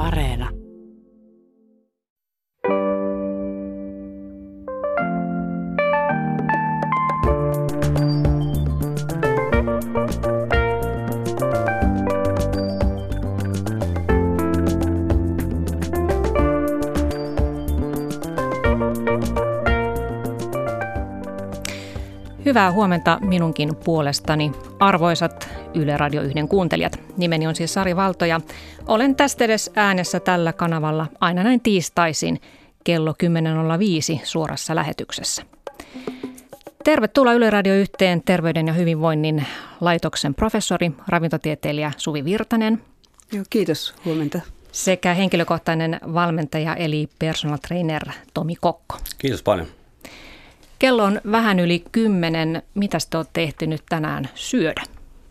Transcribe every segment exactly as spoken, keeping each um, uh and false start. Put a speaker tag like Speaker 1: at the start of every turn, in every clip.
Speaker 1: Areena.
Speaker 2: Hyvää huomenta minunkin puolestani, arvoisat Yle Radio yhden kuuntelijat. Nimeni on siis Sari Valto ja olen tästä edes äänessä tällä kanavalla aina näin tiistaisin kello kymmenen nolla viisi suorassa lähetyksessä. Tervetuloa Yle Radio yhteen Terveyden ja hyvinvoinnin laitoksen professori, ravintotieteilijä Suvi Virtanen.
Speaker 3: Joo, kiitos, huomenta.
Speaker 2: Sekä henkilökohtainen valmentaja eli personal trainer Tomi Kokko.
Speaker 4: Kiitos paljon.
Speaker 2: Kello on vähän yli kymmenen. Mitäs te olette ehtinyt tänään syödä?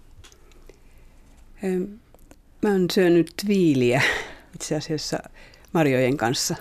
Speaker 3: Mä oon syönyt viiliä itse asiassa marjojen kanssa.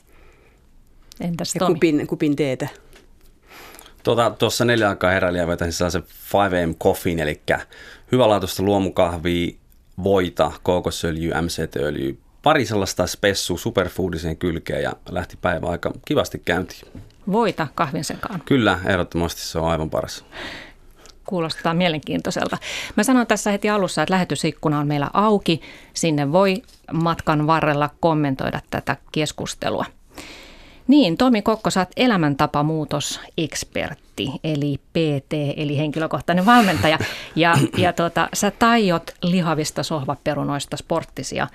Speaker 2: Entäs
Speaker 3: ja
Speaker 2: Tomi?
Speaker 3: kupin, kupin teetä.
Speaker 4: Tuossa tota, neljä aikaa heräili ja vetäisin sellaisen viisi a.m. coffeen, eli hyvälaatuista luomukahvia, voita, kookosöljyä, M C T-öljyä, pari sellaista spessua superfoodiseen kylkeen ja lähti päivä aika kivasti käyntiin.
Speaker 2: Voita kahvin sekaan.
Speaker 4: Kyllä, ehdottomasti se on aivan paras.
Speaker 2: Kuulostaa mielenkiintoiselta. Mä sanon tässä heti alussa, että lähetysikkuna on meillä auki. Sinne voi matkan varrella kommentoida tätä keskustelua. Niin, Tomi Kokko, sä oot elämäntapamuutosekspertti, eli P T, eli henkilökohtainen valmentaja. Ja, ja tuota, sä taiot lihavista sohvaperunoista sporttisia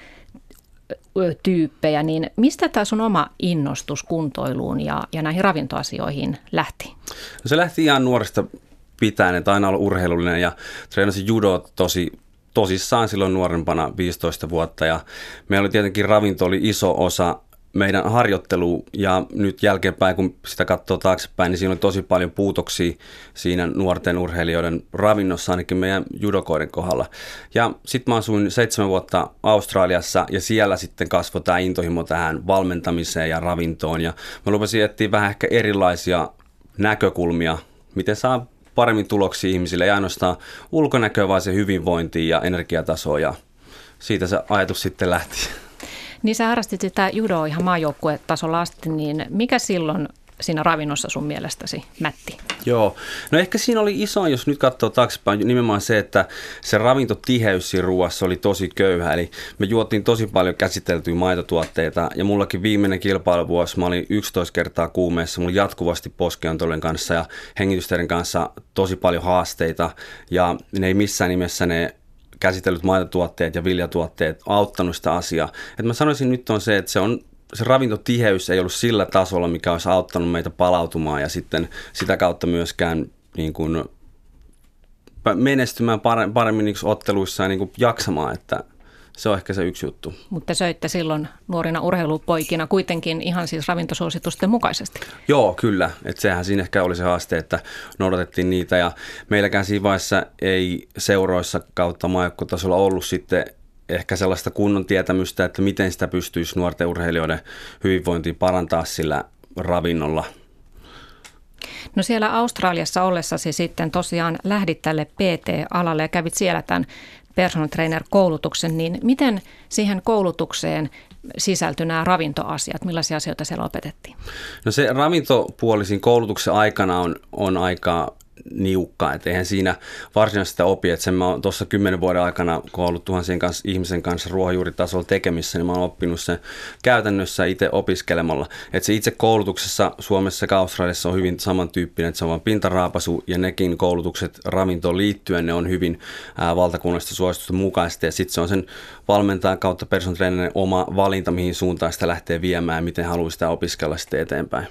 Speaker 2: tyyppejä, niin mistä tämä sun oma innostus kuntoiluun ja, ja näihin ravintoasioihin lähti?
Speaker 4: No se lähti ihan nuoresta pitäen, että aina ollut urheilullinen ja treenasin judoa tosi tosissaan silloin nuorempana viisitoista vuotta ja meillä oli tietenkin ravinto oli iso osa meidän harjoittelu ja nyt jälkeenpäin, kun sitä katsoo taaksepäin, niin siinä oli tosi paljon puutoksia siinä nuorten urheilijoiden ravinnossa, ainakin meidän judokoiden kohdalla. Ja sitten mä asuin seitsemän vuotta Australiassa ja siellä sitten kasvoi tämä intohimo tähän valmentamiseen ja ravintoon. Ja mä lupasin etsiä vähän ehkä erilaisia näkökulmia, miten saa paremmin tuloksia ihmisille, ei ainoastaan ulkonäköä, vaan se hyvinvointi ja energiataso ja siitä se ajatus sitten lähti.
Speaker 2: Niin sä harrastit sitä judoa ihan maajoukkuetasolla asti, niin mikä silloin siinä ravinnossa sun mielestäsi mätti?
Speaker 4: Joo, no ehkä siinä oli iso, jos nyt katsoo taaksepäin, nimenomaan se, että se ravintotiheys siinä ruoassa oli tosi köyhä. Eli me juotiin tosi paljon käsiteltyjä maitotuotteita ja mullakin viimeinen kilpailuvuosi, mä olin yksitoista kertaa kuumeessa, mulla oli jatkuvasti poskiontelujen kanssa ja hengitysteiden kanssa tosi paljon haasteita ja ne ei missään nimessä ne käsitellyt maitotuotteet ja viljatuotteet auttanut sitä asiaa. Et mä sanoisin nyt on se, että se, on, se ravintotiheys ei ollut sillä tasolla, mikä olisi auttanut meitä palautumaan ja sitten sitä kautta myöskään niin kuin menestymään paremmin niin otteluissa ja niin kuin jaksamaan, että se on ehkä se yksi juttu.
Speaker 2: Mutta söitte silloin nuorina urheilupoikina kuitenkin ihan siis ravintosuositusten mukaisesti.
Speaker 4: Joo, kyllä. Että sehän siinä ehkä oli se haaste, että noudatettiin niitä ja meilläkään siinä vaiheessa ei seuroissa kautta maajoukkuetasolla ollut sitten ehkä sellaista kunnon tietämystä, että miten sitä pystyisi nuorten urheilijoiden hyvinvointia parantaa sillä ravinnolla.
Speaker 2: No siellä Australiassa ollessasi sitten tosiaan lähdit tälle P T-alalle ja kävit siellä tämän personal trainer-koulutuksen, niin miten siihen koulutukseen sisältyi nämä ravintoasiat? Millaisia asioita siellä opetettiin? No
Speaker 4: se ravintopuolisin koulutuksen aikana on, on aika niukka, että eihän siinä varsinaisesti sitä opi, että sen mä oon tuossa kymmenen vuoden aikana, kun ollut tuhansien kanssa, ihmisen kanssa ruohonjuuritasolla tekemissä, niin mä oon oppinut sen käytännössä itse opiskelemalla. Että se itse koulutuksessa Suomessa ja Australiassa on hyvin samantyyppinen, että se on vain pintaraapasu ja nekin koulutukset ravintoon liittyen, ne on hyvin ää, valtakunnallista suositusta mukaisesti ja sitten se on sen valmentajan kautta personal trainerin oma valinta, mihin suuntaan sitä lähtee viemään ja miten haluaa sitä opiskella sitten eteenpäin.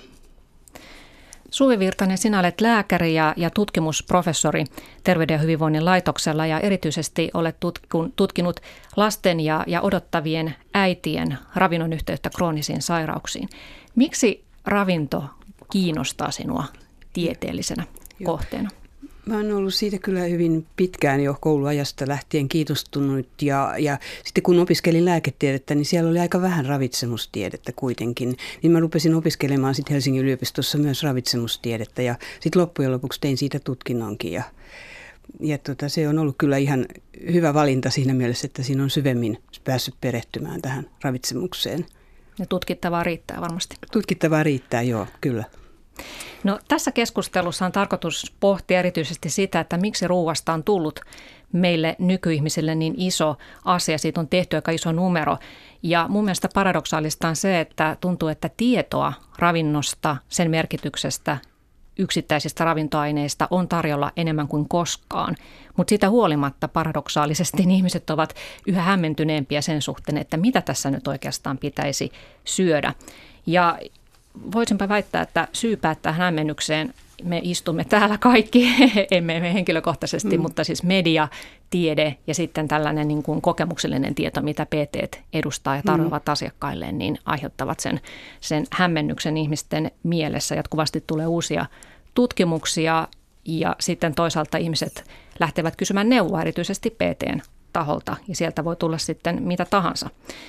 Speaker 2: Suvi Virtanen, sinä olet lääkäri ja, ja tutkimusprofessori Terveyden ja hyvinvoinnin laitoksella ja erityisesti olet tutkun, tutkinut lasten ja, ja odottavien äitien ravinnon yhteyttä kroonisiin sairauksiin. Miksi ravinto kiinnostaa sinua tieteellisenä
Speaker 3: Joo.
Speaker 2: kohteena?
Speaker 3: Mä oon ollut siitä kyllä hyvin pitkään jo kouluajasta lähtien kiinnostunut ja, ja sitten kun opiskelin lääketiedettä, niin siellä oli aika vähän ravitsemustiedettä kuitenkin. Niin mä rupesin opiskelemaan sitten Helsingin yliopistossa myös ravitsemustiedettä ja sitten loppujen lopuksi tein siitä tutkinnonkin. Ja ja tota, se on ollut kyllä ihan hyvä valinta siinä mielessä, että siinä on syvemmin päässyt perehtymään tähän ravitsemukseen.
Speaker 2: Ja tutkittavaa riittää varmasti.
Speaker 3: Tutkittavaa riittää, joo, kyllä.
Speaker 2: No, tässä keskustelussa on tarkoitus pohtia erityisesti sitä, että miksi ruuasta on tullut meille nykyihmisille niin iso asia. Siitä on tehty aika iso numero. Ja mun mielestä paradoksaalista on se, että tuntuu, että tietoa ravinnosta, sen merkityksestä, yksittäisistä ravintoaineista on tarjolla enemmän kuin koskaan. Mutta siitä huolimatta paradoksaalisesti niin ihmiset ovat yhä hämmentyneempiä sen suhteen, että mitä tässä nyt oikeastaan pitäisi syödä. Ja voisinpa väittää, että syypää tähän hämmennykseen me istumme täällä kaikki, emme me henkilökohtaisesti, mm. mutta siis media, tiede ja sitten tällainen niin kuin kokemuksellinen tieto, mitä P T edustaa ja tarjoavat mm. asiakkailleen, niin aiheuttavat sen, sen hämmennyksen ihmisten mielessä. Jatkuvasti tulee uusia tutkimuksia ja sitten toisaalta ihmiset lähtevät kysymään neuvoa erityisesti P T:n taholta ja sieltä voi tulla sitten mitä tahansa.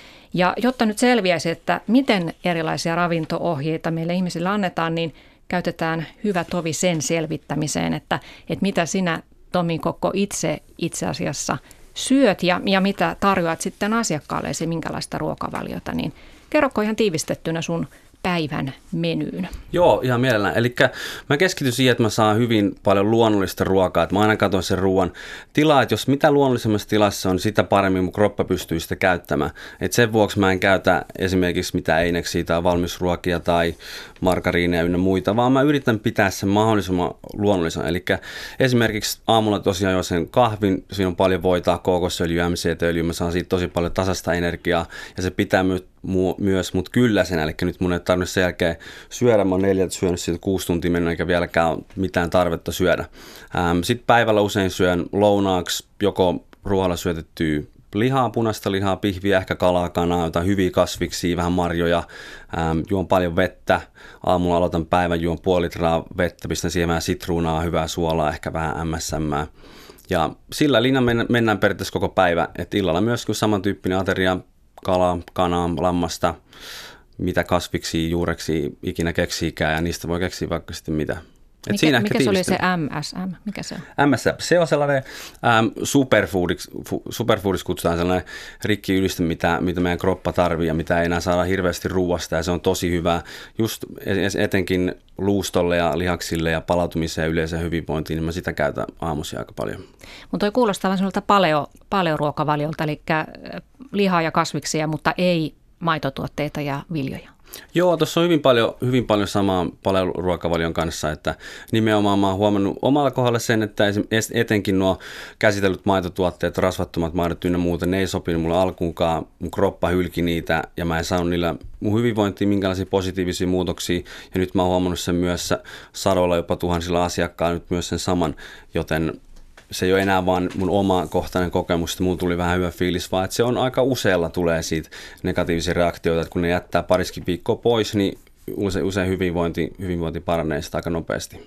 Speaker 2: Ja jotta nyt selviäisi, että miten erilaisia ravinto-ohjeita meille ihmisille annetaan, niin käytetään hyvä tovi sen selvittämiseen, että, että mitä sinä, Tomi Kokko, itse itse asiassa syöt ja, ja mitä tarjoat sitten asiakkaallesi, minkälaista ruokavaliota, niin kerroko ihan tiivistettynä sun päivän menyyn?
Speaker 4: Joo, ihan mielellään. Eli mä keskityn siihen, että mä saan hyvin paljon luonnollista ruokaa, että mä aina katson sen ruoan tilaa, että jos mitä luonnollisemmassa tilassa on, sitä paremmin mun kroppa pystyy sitä käyttämään. Et sen vuoksi mä en käytä esimerkiksi mitään eineksiä tai valmisruokia tai margariineja ynnä muita, vaan mä yritän pitää sen mahdollisimman luonnollisena. Eli esimerkiksi aamulla tosiaan jo sen kahvin, siinä on paljon voitaa, kookosöljyä, M C T-öljyä, mä saan siitä tosi paljon tasasta energiaa ja se pitää myös myös mut kylläisenä, eli nyt mun ei tarvitse sen jälkeen syödä, mä oon neljältä syönyt siitä kuusi tuntia mennyt, eikä vieläkään ole mitään tarvetta syödä. Ähm, Sitten päivällä usein syön lounaaksi joko ruoalla syötettyä lihaa, punaista lihaa, pihviä, ehkä kalaa, kanaa, jotain hyviä kasviksia, vähän marjoja, ähm, juon paljon vettä, aamulla aloitan päivän, juon puoli litraa vettä, pistän siihen vähän sitruunaa, hyvää suolaa, ehkä vähän M S M. Ja sillä linjalla mennään periaatteessa koko päivä, että illalla myös kun samantyyppinen ateria, kalaa, kanaa, lammasta, mitä kasviksia, juureksi ikinä keksiikään ja niistä voi keksiä vaikka sitten mitä.
Speaker 2: Et mikä siinä mikä se oli se M S M? Mikä se on?
Speaker 4: M S M, se on sellainen ähm, superfoodiksi, superfoodiksi kutsutaan sellainen rikki-yliste, mitä, mitä meidän kroppa tarvii ja mitä ei enää saada hirveästi ruuasta ja se on tosi hyvä just etenkin luustolle ja lihaksille ja palautumiseen ja yleiseen hyvinvointiin, niin mä sitä käytän aamuisin aika paljon.
Speaker 2: Mutta toi kuulostaa vähän sellaista paleo, paleoruokavaliolta, eli lihaa ja kasviksia, mutta ei maitotuotteita ja viljoja.
Speaker 4: Joo, tuossa on hyvin paljon, hyvin paljon samaa paleoruokavalion kanssa, että nimenomaan mä oon huomannut omalla kohdalla sen, että etenkin nuo käsitellyt maitotuotteet, rasvattomat maidot ynnä muuta, ne ei sopinut mulle alkuunkaan, mun kroppa hylki niitä ja mä en saanut niillä mun hyvinvointiin minkälaisia positiivisia muutoksia ja nyt mä oon huomannut sen myös sadoilla jopa tuhansilla asiakkailla nyt myös sen saman, joten se ei ole enää vaan mun oma kohtainen kokemus, että mulla tuli vähän hyvä fiilis, vaan että se on aika usealla tulee siitä negatiivisia reaktioita, että kun ne jättää pariskin viikkoa pois, niin usein, usein hyvinvointi, hyvinvointi paranee sitä aika nopeasti.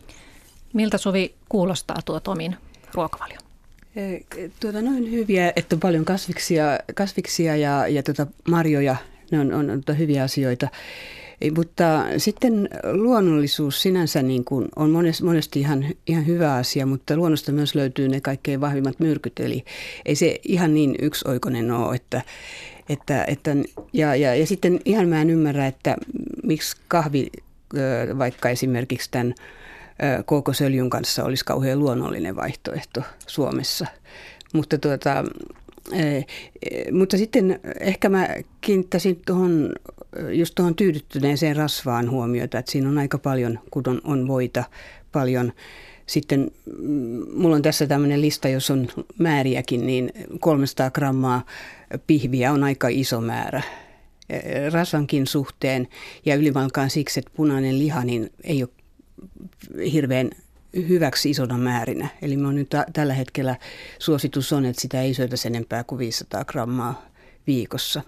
Speaker 2: Miltä, Suvi, kuulostaa tuo Tomin ruokavalio?
Speaker 3: Tuota, noin hyviä, että on paljon kasviksia, kasviksia ja, ja tuota marjoja, ne on, on, on hyviä asioita. Mutta sitten luonnollisuus sinänsä niin kuin on monesti ihan, ihan hyvä asia, mutta luonnosta myös löytyy ne kaikkein vahvimmat myrkyt. Eli ei se ihan niin yksioikoinen ole. Että, että, että, ja, ja, ja sitten ihan mä en ymmärrä, että miksi kahvi vaikka esimerkiksi tämän kookosöljyn kanssa olisi kauhean luonnollinen vaihtoehto Suomessa. Mutta tuota... Mutta sitten ehkä mä kiinnittäisin tuohon, just tuohon tyydyttyneeseen rasvaan huomiota, että siinä on aika paljon, kun on, on voita, paljon. Sitten mulla on tässä tämmöinen lista, jos on määriäkin, niin kolmesataa grammaa pihviä on aika iso määrä rasvankin suhteen ja ylimalkaan siksi, että punainen liha niin ei ole hirveän hyväksi isona määrinä. Eli mä nyt t- tällä hetkellä suositus on, että sitä ei syötä enempää kuin viisisataa grammaa viikossa.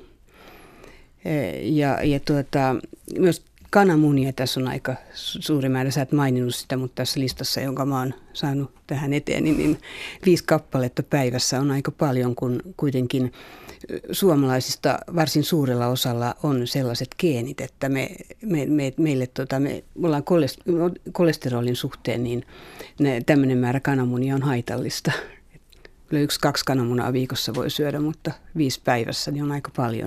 Speaker 3: Ja, ja tuota, myös kananmunia tässä on aika suuri määrä. Sä et maininnut sitä, mutta tässä listassa, jonka mä oon saanut tähän eteen, niin viisi kappaletta päivässä on aika paljon, kun kuitenkin suomalaisista varsin suurella osalla on sellaiset geenit, että me, me, me, meille tota, me ollaan kolesterolin suhteen, niin tämmöinen määrä kananmunia on haitallista. Kyllä yksi, kaksi kananmunaa viikossa voi syödä, mutta viisi päivässä niin on aika paljon.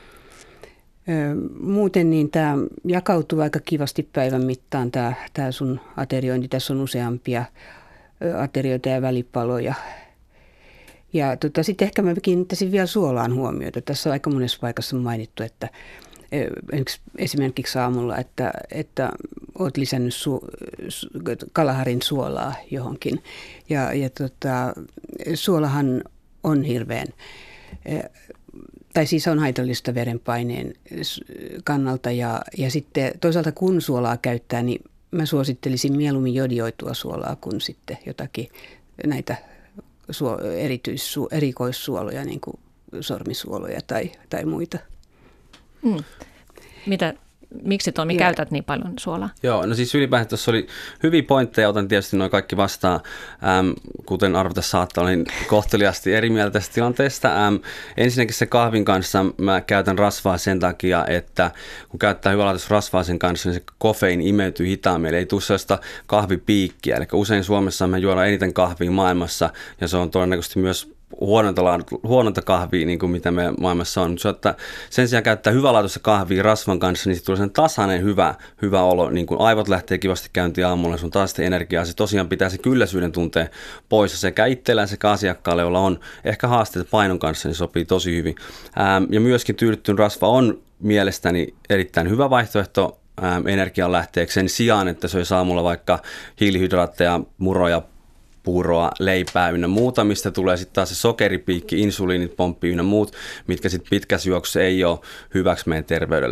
Speaker 3: Muuten niin tämä jakautuu aika kivasti päivän mittaan tämä, tämä sun ateriointi. Tässä on useampia aterioita ja välipaloja. Ja tota, sitten ehkä mä kiinnittäisin vielä suolaan huomiota. Tässä on aika monessa paikassa mainittu, että esimerkiksi aamulla, että, että olet lisännyt su, su, kalaharin suolaa johonkin. Ja, ja tota, suolahan on hirveän, tai siis on haitallista verenpaineen kannalta. Ja, ja sitten toisaalta kun suolaa käyttää, niin mä suosittelisin mieluummin jodioitua suolaa kuin sitten jotakin näitä suo, erityis, erikoissuoloja, niin kuin sormisuoloja tai, tai muita.
Speaker 2: Mm. Mitä, miksi Tomi ja. käytät niin paljon suolaa?
Speaker 4: Joo, no siis ylipäätään tuossa oli hyviä pointteja, otan tietysti noin kaikki vastaan, äm, kuten arvata saattaa, olin kohteliasti eri mieltä tästä tilanteesta. Äm, ensinnäkin se kahvin kanssa mä käytän rasvaa sen takia, että kun käyttää hyvälaatuista rasvaa sen kanssa, niin se kofeiini imeytyy hitaammin, eli ei tule sellaista kahvipiikkiä. Eli usein Suomessa me juodaan eniten kahvia maailmassa, ja se on todennäköisesti myös huononta, huononta kahvia, niin kuin mitä me maailmassa on. Mutta sen sijaan käyttää hyvälaatuista kahvia rasvan kanssa, niin sitten tulee sen tasainen hyvä, hyvä olo. Niin kuin aivot lähtee kivasti käyntiin aamulla, sun taas energiaa. Se tosiaan pitää se kylläisyyden tunteen pois sekä itsellään sekä asiakkaalle, jolla on ehkä haasteita painon kanssa, niin sopii tosi hyvin. Ää, ja myöskin tyydyttynyt rasva on mielestäni erittäin hyvä vaihtoehto ää, energian lähteeksi sen sijaan, että söisi aamulla vaikka hiilihydraatteja, muroja, puuroa, leipää ynnä muuta, mistä tulee sitten taas se sokeripiikki, insuliinit, pomppi ynnä muut, mitkä sitten pitkässä juoksussa ei ole hyväksi meidän terveydelle.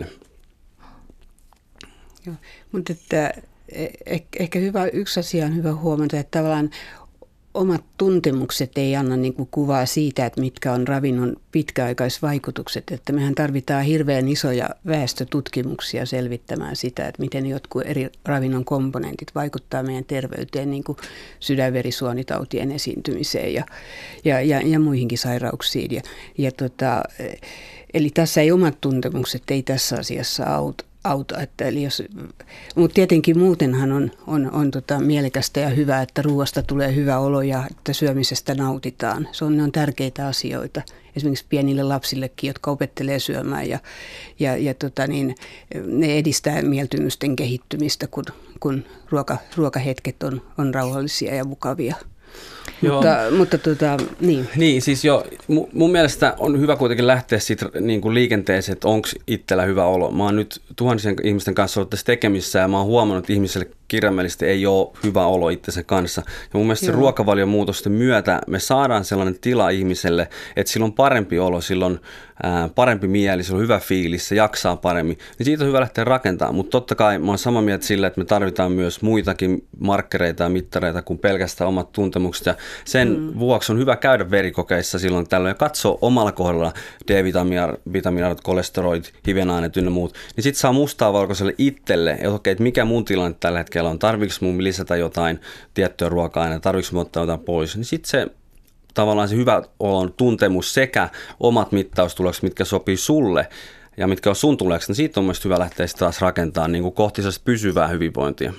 Speaker 3: Joo, mutta että ehkä hyvä, yksi asia on hyvä huomata, että tavallaan omat tuntemukset ei anna niin kuin kuvaa siitä, että mitkä on ravinnon pitkäaikaisvaikutukset. Että mehän tarvitaan hirveän isoja väestötutkimuksia selvittämään sitä, että miten jotkut eri ravinnon komponentit vaikuttaa meidän terveyteen, niin kuin sydänverisuonitautien esiintymiseen ja, ja, ja, ja muihinkin sairauksiin. Ja, ja tota, eli tässä ei omat tuntemukset ei tässä asiassa auta. auta. Että eli jos, mutta tietenkin muutenhan on, on, on tota mielekästä ja hyvää, että ruoasta tulee hyvä olo ja että syömisestä nautitaan. Se on, ne on tärkeitä asioita. Esimerkiksi pienille lapsillekin, jotka opettelee syömään ja, ja, ja tota niin, ne edistää mieltymysten kehittymistä, kun, kun ruoka, ruokahetket on, on rauhallisia ja mukavia. Mutta, mutta tota, niin.
Speaker 4: Niin, siis jo, mun mielestä on hyvä kuitenkin lähteä siitä niin kuin liikenteeseen, että onko itsellä hyvä olo. Mä oon nyt tuhansien ihmisten kanssa ollut tässä tekemissä ja mä oon huomannut, että ihmiselle kirjaimellisesti ei ole hyvä olo itsensä kanssa. Ja mun mielestä se ruokavalion muutosten myötä me saadaan sellainen tila ihmiselle, että sillä on parempi olo, sillä on ää, parempi mieli, sillä on hyvä fiilis, se jaksaa paremmin. Niin siitä on hyvä lähteä rakentamaan, mutta totta kai mä oon samaa mieltä sillä, että me tarvitaan myös muitakin markkereita ja mittareita kuin pelkästään omat tuntemukset. Ja sen mm. vuoksi on hyvä käydä verikokeissa silloin tällöin ja katsoa omalla kohdalla D-vitamiinit, kolesteroid, hivenaineet ynnä muut. Niin sitten saa mustaa valkoiselle itselle, että okei, että mikä mun tilanne tällä hetkellä on, tarviiko mun lisätä jotain tiettyä ruoka-ainetta, tarviiko mun ottaa jotain pois. Niin sitten se tavallaan se hyvä olon tuntemus sekä omat mittaustulokset, mitkä sopii sulle ja mitkä on sun tuleeksi, niin siitä on myös hyvä lähteä taas rakentamaan niin kuin kohti pysyvää hyvinvointia.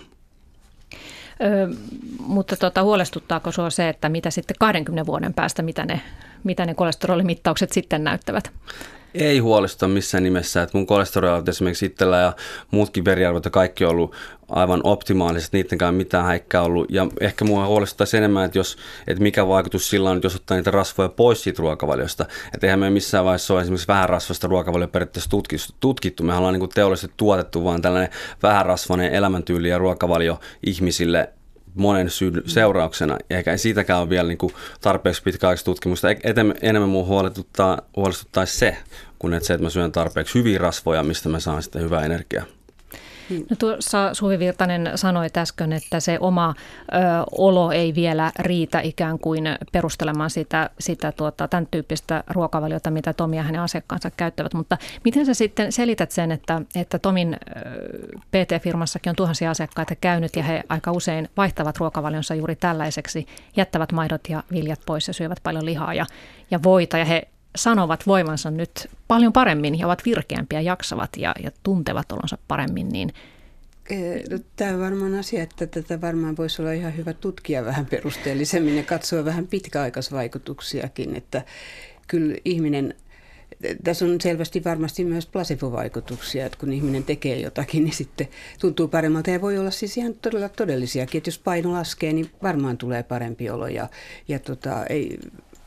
Speaker 2: Ö, mutta tota, huolestuttaako sinua se, että mitä sitten kahdenkymmenen vuoden päästä, mitä ne, mitä ne kolesterolimittaukset sitten näyttävät?
Speaker 4: Ei huolestuta missään nimessä, että mun kolesterolit esimerkiksi itsellä ja muutkin veriarvot ja kaikki on ollut aivan optimaaliset, niittenkään mitään häikkää ollut. Ja ehkä mua huolestuttaisi enemmän, että, jos, että mikä vaikutus sillä on, jos ottaa niitä rasvoja pois siitä ruokavaliosta. Että eihän me missään vaiheessa ole esimerkiksi vähärasvasta ruokavalio periaatteessa tutkittu. Mehän ollaan niin kuin teollisesti tuotettu vaan tällainen vähärasvainen elämäntyyli ja ruokavalio ihmisille monen syyn seurauksena, eikä siitäkään ole vielä niin kuin tarpeeksi pitkäaikaista tutkimusta. Enemmän minua huolestuttaa, huolestuttaisi se, kun et se, että mä syön tarpeeksi hyviä rasvoja, mistä mä saan sitten hyvää energiaa.
Speaker 2: No tuossa Suvi Virtanen sanoi äsken, että se oma ö, olo ei vielä riitä ikään kuin perustelemaan sitä, sitä tuota, tämän tyyppistä ruokavaliota, mitä Tomi ja hänen asiakkaansa käyttävät. Mutta miten sä sitten selität sen, että, että Tomin ö, P T-firmassakin on tuhansia asiakkaita käynyt ja he aika usein vaihtavat ruokavalionsa juuri tällaiseksi, jättävät maidot ja viljat pois ja syövät paljon lihaa ja, ja voita ja he sanovat voivansa nyt paljon paremmin ja ovat virkeämpiä, jaksavat ja, ja tuntevat olonsa paremmin, niin
Speaker 3: no, tämä on varmaan asia, että tätä varmaan voisi olla ihan hyvä tutkia vähän perusteellisemmin ja katsoa vähän pitkäaikaisvaikutuksiakin, että kyllä ihminen, tässä on selvästi varmasti myös placebo-vaikutuksia, että kun ihminen tekee jotakin, niin sitten tuntuu paremmalta ja voi olla siis ihan todella todellisiakin, että jos paino laskee, niin varmaan tulee parempi olo ja, ja tota, ei,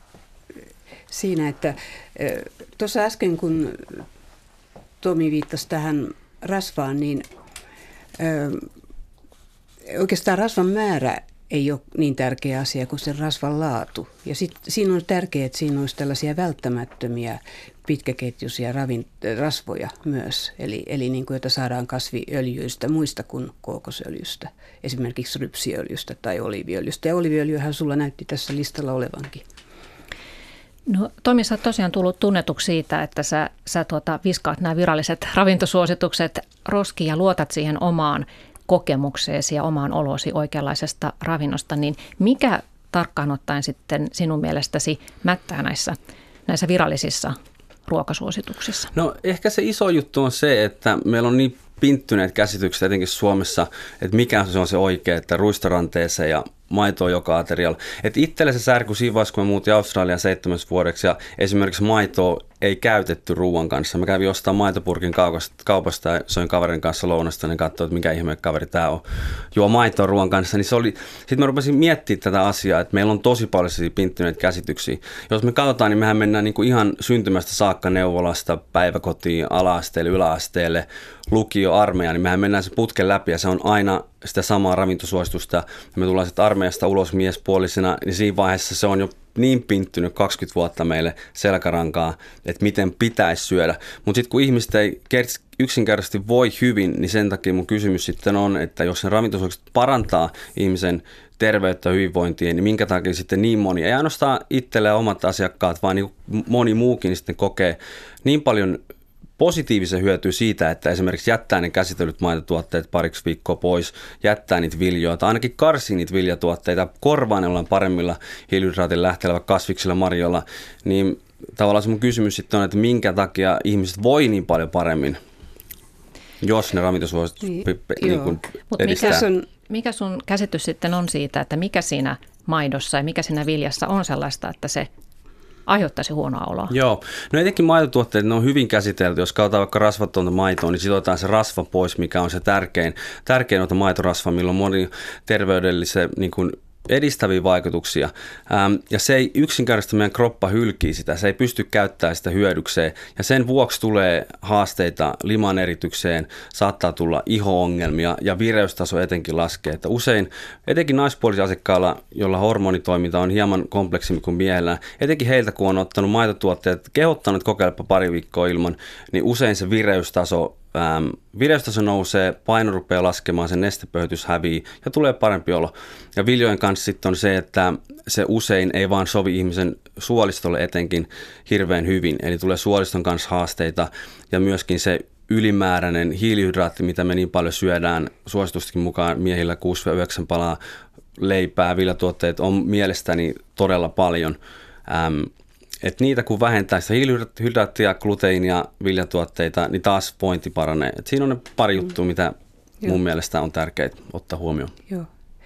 Speaker 3: siinä, että tuossa äsken kun Tomi viittasi tähän rasvaan, niin ö, oikeastaan rasvan määrä ei ole niin tärkeä asia kuin sen rasvan laatu. Ja sit, siinä on tärkeää, että siinä olisi tällaisia välttämättömiä pitkäketjuisia ravin, rasvoja myös, eli, eli niin kuin, joita saadaan kasviöljyistä muista kuin kookosöljystä, esimerkiksi rypsiöljystä tai oliiviöljystä. Ja oliiviöljyhän sulla näytti tässä listalla olevankin.
Speaker 2: No Tomi, sä oot tosiaan tullut tunnetuksi siitä, että sä, sä tuota, viskaat nämä viralliset ravintosuositukset roskiin ja luotat siihen omaan kokemukseesi ja omaan olosi oikeanlaisesta ravinnosta, niin mikä tarkkaan ottaen sitten sinun mielestäsi mättää näissä, näissä virallisissa ruokasuosituksissa?
Speaker 4: No ehkä se iso juttu on se, että meillä on niin pinttyneet käsitykset etenkin Suomessa, että mikä se on se oikea, että ruistoranteeseen ja maitoa joka aterialla. Että itselle se särkyi siinä vaiheessa, kun mä muutin Australiaan seitsemäksi vuodeksi ja esimerkiksi maitoa ei käytetty ruoan kanssa. Mä kävin ostamaan maitopurkin kaupasta ja soin kaverin kanssa lounasta, niin katsoin, että mikä ihme kaveri tää on. Juo maitoa ruoan kanssa. Niin se oli, sitten mä rupesin miettimään tätä asiaa, että meillä on tosi paljon pinttyneitä käsityksiä. Jos me katsotaan, niin mehän mennään niin kuin ihan syntymästä saakka neuvolasta, päiväkotiin, ala-asteelle, yläasteelle, lukio, armeija, niin mehän mennään se putken läpi ja se on aina sitä samaa ravintosuositusta. Me tullaan sitten armeijasta ulos miespuolisena, niin siinä vaiheessa se on jo niin pinttynyt kaksikymmentä vuotta meille selkärankaa, että miten pitäisi syödä. Mutta sitten kun ihmiset ei yksinkertaisesti voi hyvin, niin sen takia mun kysymys sitten on, että jos sen ravintosuositukset parantaa ihmisen terveyttä ja hyvinvointia, niin minkä takia sitten niin moni, ei ainoastaan itselle ja omat asiakkaat, vaan niin moni muukin sitten kokee niin paljon positiivisen hyötyä siitä, että esimerkiksi jättää ne käsitellyt maitotuotteet pariksi viikkoa pois, jättää niitä viljoja, tai ainakin karsii niitä viljatuotteita, korvaa ne ollaan paremmilla hiilihydraatin lähteellä, kasviksilla, marjoilla, niin tavallaan se mun kysymys sitten on, että minkä takia ihmiset voi niin paljon paremmin, jos ne ravintosuositukset niin, niin edistää.
Speaker 2: Mikä, on, mikä sun käsitys sitten on siitä, että mikä siinä maidossa ja mikä siinä viljassa on sellaista, että se aiheuttaisi huonoa oloa? Joo.
Speaker 4: No etenkin maitotuotteet, ne on hyvin käsitelty. Jos katsotaan vaikka rasvattonta maitoa, niin sitotaan se rasva pois, mikä on se tärkein, tärkein ota maitorasva, millä on moni terveydellisiä niin kuin edistäviä vaikutuksia. Ähm, ja se ei yksinkertaisesti meidän kroppa hylkii sitä, se ei pysty käyttämään sitä hyödykseen. Ja sen vuoksi tulee haasteita liman eritykseen, saattaa tulla iho-ongelmia ja vireystaso etenkin laskee. Että usein, etenkin naispuolisilla asiakkailla, joilla hormonitoiminta on hieman kompleksimmin kuin miehellä, etenkin heiltä kun on ottanut maitotuotteet, kehottanut kokeilepa pari viikkoa ilman, niin usein se vireystaso Ähm, vireystaso nousee, paino rupeaa laskemaan, sen nestepöyhitys hävii ja tulee parempi olo. Ja viljojen kanssa sitten on se, että se usein ei vaan sovi ihmisen suolistolle etenkin hirveän hyvin. Eli tulee suoliston kanssa haasteita ja myöskin se ylimääräinen hiilihydraatti, mitä me niin paljon syödään, suositustakin mukaan miehillä kuusi yhdeksän palaa leipää, viljatuotteet on mielestäni todella paljon. Ähm, Että niitä kun vähentää sitä hiilihydraattia, gluteiinia, viljatuotteita, niin taas pointti paranee. Et siinä on ne pari juttua, mitä mm. mun mielestä on tärkeää ottaa huomioon.
Speaker 3: Joo.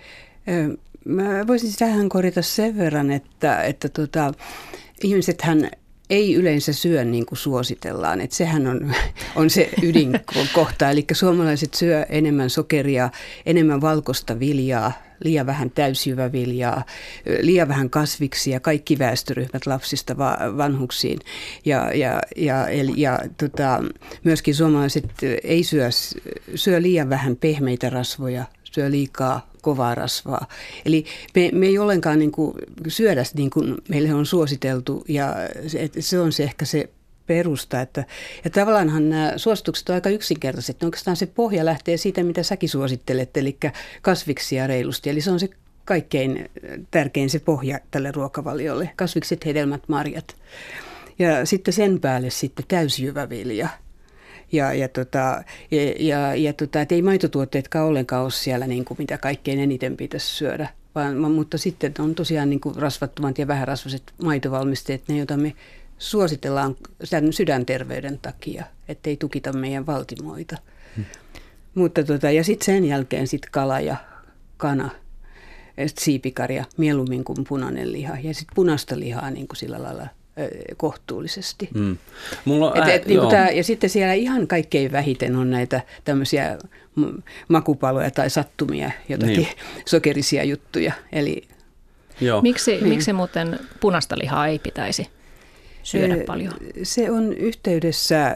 Speaker 3: Mä voisin tähän korjata sen verran, että, että tota, ihmisethän ei yleensä syö niin kuin suositellaan. Että sehän on, on se ydinkohta. Eli suomalaiset syö enemmän sokeria, enemmän valkoista viljaa, liian vähän täysjyväviljaa, liian vähän kasviksia, kaikki väestöryhmät lapsista vanhuksiin. Ja, ja, ja, ja tota, myöskin suomalaiset ei syö, syö liian vähän pehmeitä rasvoja, syö liikaa kovaa rasvaa. Eli me, me ei ollenkaan niin kuin syödä niin kuin meille on suositeltu ja se, se on se ehkä se perusta. Että, ja tavallaanhan nämä suositukset on aika yksinkertaiset. Oikeastaan se pohja lähtee siitä, mitä säkin suosittelet, eli kasviksia reilusti. Eli se on se kaikkein tärkein se pohja tälle ruokavaliolle. Kasvikset, hedelmät, marjat. Ja sitten sen päälle sitten täysjyvävilja. Ja, ja, tota, ja, ja, ja tota, et ei maitotuotteetkaan ollenkaan ole siellä, niin kuin mitä kaikkein eniten pitäisi syödä. Vaan, mutta sitten on tosiaan niin kuin rasvattomat ja vähärasvaiset maitovalmisteet, ne joita me suositellaan tämän sydänterveyden takia, ettei tukita meidän valtimoita. Hmm. Mutta tota, ja sitten sen jälkeen sit kala ja kana, ja sit siipikarja mieluummin kuin punainen liha. Ja sitten punaista lihaa niin kuin sillä lailla ö, kohtuullisesti. Hmm.
Speaker 4: Mulla on,
Speaker 3: et,
Speaker 4: ää,
Speaker 3: et, niin tää, ja sitten siellä ihan kaikkein vähiten on näitä tämmöisiä makupaloja tai sattumia, jotakin niin. sokerisia juttuja. Eli,
Speaker 2: Joo. Miksi, niin. miksi muuten punaista lihaa ei pitäisi syödä paljon?
Speaker 3: Se on yhteydessä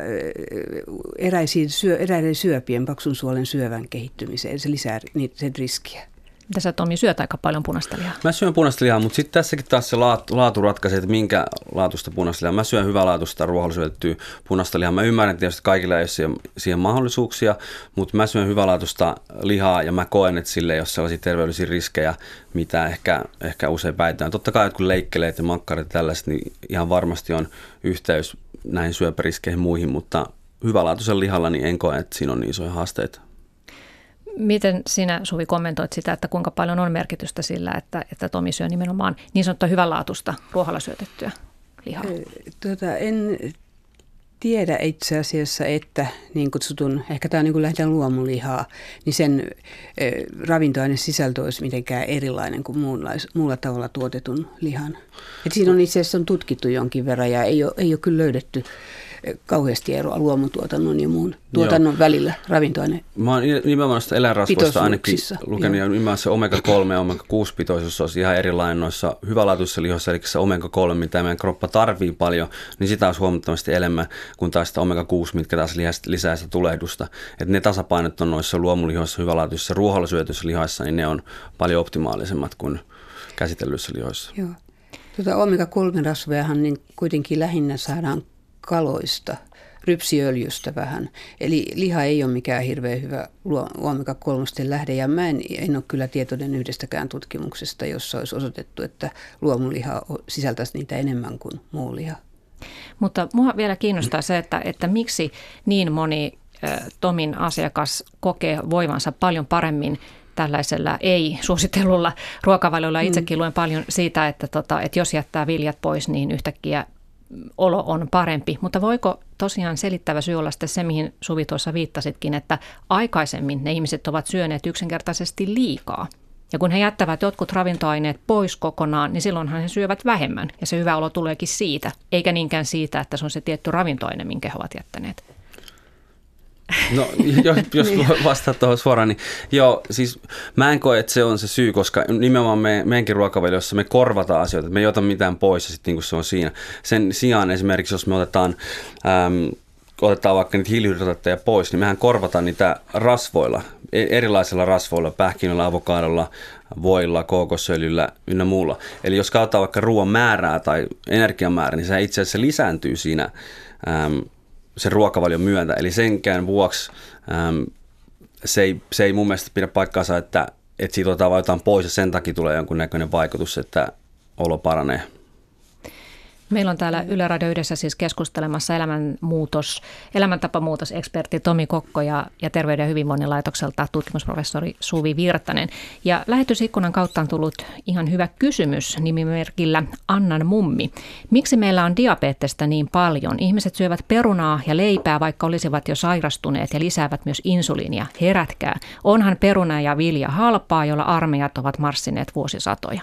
Speaker 3: eräisiin syö, eräiden syöpien, paksun suolen syövän kehittymiseen. Se lisää sen riskiä.
Speaker 2: Mitä sä, Tomi, syöt aika paljon punaista lihaa?
Speaker 4: Mä syön punaista lihaa, mutta sitten tässäkin taas se laatu, laatu ratkaisee, että minkä laatusta punaista lihaa. Mä syön hyvälaatuista ruohalla syötettyä punaista lihaa. Mä ymmärrän, että tietysti kaikilla ei ole siihen, siihen mahdollisuuksia, mutta mä syön hyvälaatuista lihaa ja mä koen, että sille ei ole sellaisia terveydellisiä riskejä, mitä ehkä, ehkä usein väitetään. Totta kai, kun leikkeleet ja makkarit ja tällaiset, niin ihan varmasti on yhteys näihin syöpäriskeihin muihin, mutta hyvälaatuisen lihalla niin en koe, että siinä on niin isoja haasteita.
Speaker 2: Miten sinä, Suvi, kommentoit sitä, että kuinka paljon on merkitystä sillä, että, että Tomi syö nimenomaan niin sanottua hyvänlaatuista ruohalla syötettyä lihaa?
Speaker 3: Tota, en tiedä itse asiassa, että niin kutsutun, ehkä tämä on niin kuin lähdetään luomulihaa, niin sen eh, ravintoaine sisältö olisi mitenkään erilainen kuin muunlais, muulla tavalla tuotetun lihan. Et siinä on itse asiassa on tutkittu jonkin verran ja ei ole, ei ole kyllä löydetty kauheasti eroa luomutuotannon ja muun tuotannon Joo. välillä ravintoaine.
Speaker 4: Mä oon nimenomaan sitä eläinrasvoista ainakin lukenut, ja nimenomaan se omega kolme ja omega kuusi pitoisuus olisi ihan erilainen noissa hyvälaatuisissa lihoissa, eli se omega kolme, mitä meidän kroppa tarvii paljon, niin sitä olisi huomattavasti enemmän kuin taas sitä omega kuusi, mitkä taas lisää sitä tulehdusta. Että ne tasapainot on noissa luomulihoissa, hyvälaatuisissa ruohalla syötyissä lihoissa, niin ne on paljon optimaalisemmat kuin käsitellyissä lihoissa.
Speaker 3: Joo. Tuota omega kolme rasvojahan niin kuitenkin lähinnä saadaan kaloista, rypsiöljystä vähän. Eli liha ei ole mikään hirveän hyvä omega kolme lähde, ja mä en, en ole kyllä tietoinen yhdestäkään tutkimuksesta, jossa olisi osoitettu, että luomuliha sisältäisi niitä enemmän kuin muu liha. Mutta
Speaker 2: mua vielä kiinnostaa se, että, että miksi niin moni äh, Tomin asiakas kokee voivansa paljon paremmin tällaisella ei-suositellulla ruokavaliolla. Itsekin luen paljon siitä, että, tota, että jos jättää viljat pois, niin yhtäkkiä olo on parempi, mutta voiko tosiaan selittävä syy olla sitten se, mihin Suvi tuossa viittasitkin, että aikaisemmin ne ihmiset ovat syöneet yksinkertaisesti liikaa. Ja kun he jättävät jotkut ravintoaineet pois kokonaan, niin silloinhan he syövät vähemmän. Ja se hyvä olo tuleekin siitä, eikä niinkään siitä, että se on se tietty ravintoaine, minkä he ovat jättäneet.
Speaker 4: No, jos, jos vastaat tuohon suoraan, niin joo, siis mä en koe, että se on se syy, koska nimenomaan me, meidänkin ruokavaliossa me korvataan asioita, että me ei ota mitään pois ja sitten niin kuin se on siinä. Sen sijaan esimerkiksi, jos me otetaan, äm, otetaan vaikka niitä hiilihydraatteja pois, niin mehän korvataan niitä rasvoilla, erilaisilla rasvoilla, pähkinöllä, avokaadolla, voilla, kookosöljyllä ynnä muulla. Eli jos katsotaan vaikka ruoan määrää tai energiamäärää, niin se itse asiassa lisääntyy siinä äm, sen ruokavalion myöntä. Eli senkään vuoksi äm, se, ei, se ei mun mielestä pidä paikkaansa, että, että siitä otetaan jotain pois ja sen takia tulee jonkunnäköinen vaikutus, että olo paranee.
Speaker 2: Meillä on täällä Yle Radio Yhdessä siis keskustelemassa elämänmuutos, elämäntapamuutosekspertti Tomi Kokko ja, ja Terveyden ja hyvinvoinnin laitokselta tutkimusprofessori Suvi Virtanen. Ja lähetysikkunan kautta on tullut ihan hyvä kysymys nimimerkillä Annan mummi. Miksi meillä on diabetesta niin paljon? Ihmiset syövät perunaa ja leipää, vaikka olisivat jo sairastuneet, ja lisäävät myös insuliinia. Herätkää. Onhan peruna ja vilja halpaa, jolla armeijat ovat marssineet vuosisatoja.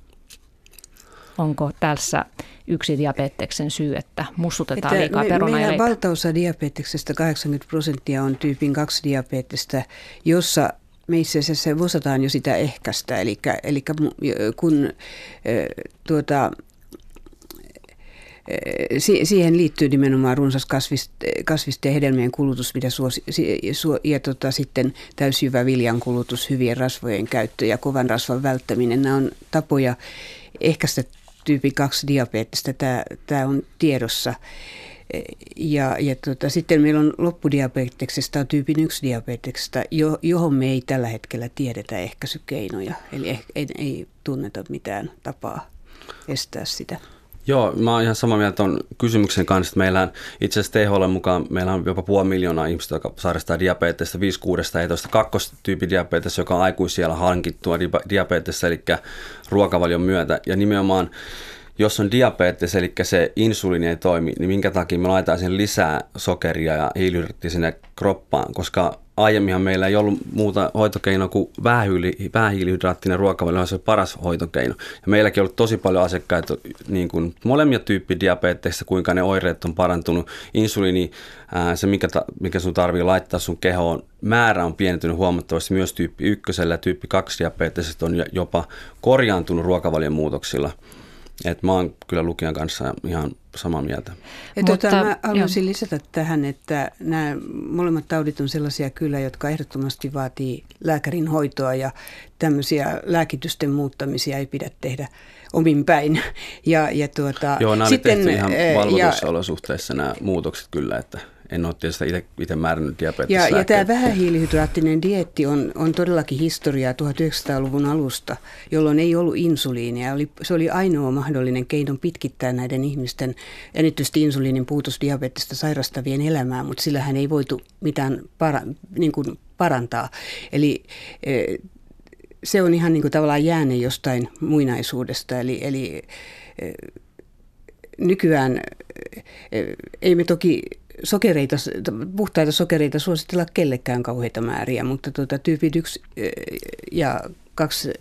Speaker 2: Onko tässä yksi diabeteksen syy, että mussutetaan että liikaa perunaa ja leipää?
Speaker 3: Valtaosa diabeteksesta, kahdeksankymmentä prosenttia on tyypin kaksi diabetesta, jossa meissä se osataan jo sitä ehkäistä. Eli, eli kun tuota, siihen liittyy nimenomaan runsas kasvisten ja hedelmien kulutus mitä suosi, ja tota, sitten täysjyvä viljan kulutus, hyvien rasvojen käyttö ja kovan rasvan välttäminen. Nämä on tapoja ehkäistä tyypin kaksi diabetesta. Tämä, tämä on tiedossa. Ja, ja tota, sitten meillä on loppudiabeteksesta, on tyypin yksi diabeteksesta, jo, johon me ei tällä hetkellä tiedetä ehkäisykeinoja. Eli eh, ei, ei tunneta mitään tapaa estää sitä.
Speaker 4: Joo, mä oon ihan samaa mieltä tuon kysymyksen kanssa, että meillä on itse asiassa T H L mukaan, meillä on jopa puoli miljoonaa ihmistä, jotka sairastaa diabetesta, viisi kuudesta ei toista kakkostyypin diabetesta, joka on aikuisiellä hankittua diabetesta, eli ruokavalion myötä. Ja nimenomaan jos on diabetes, eli se insuliini ei toimi, niin minkä takia me laitetaan sen lisää sokeria ja hiilihydraattia sinne kroppaan, koska aiemminhan meillä ei ollut muuta hoitokeinoa kuin vähähiilihydraattinen ruokavalio, on se paras hoitokeino. Ja meilläkin on ollut tosi paljon asiakkaita niin kuin molemmia tyyppidiabeteksista, kuinka ne oireet on parantunut. Insuliini, ää, se mikä, ta, mikä sun tarvii laittaa sun kehoon, määrä on pienentynyt huomattavasti myös tyyppi ykkösellä ja tyyppi kaksi diabeteksista on jopa korjaantunut ruokavalion muutoksilla. Et mä oon kyllä lukijan kanssa ihan samaa mieltä.
Speaker 3: Ja tuota, mä haluaisin jo. lisätä tähän, että nämä molemmat taudit on sellaisia kyllä, jotka ehdottomasti vaatii lääkärin hoitoa ja tämmöisiä lääkitysten muuttamisia ei pidä tehdä omin päin. Ja, ja tuota,
Speaker 4: Joo, nämä
Speaker 3: sitten,
Speaker 4: oli tehty ihan valvotuissa olosuhteissa nämä muutokset kyllä, että en ole tietysti itse, itse määrännyt diabeteslääkkeitä.
Speaker 3: Ja, ja tämä vähähiilihydraattinen dieetti on, on todellakin historiaa tuhatyhdeksänsataaluvun alusta, jolloin ei ollut insuliinia. Oli, se oli ainoa mahdollinen keino pitkittää näiden ihmisten, erityisesti insuliinin puutos diabetesta sairastavien elämää, mutta sillähän ei voitu mitään para, niin kuin parantaa. Eli se on ihan niin kuin tavallaan jääne jostain muinaisuudesta, eli, eli nykyään ei me toki sokereita, puhtaita sokereita suositella kellekään kauheita määriä, mutta tuota, tyypit yksi ja kaksi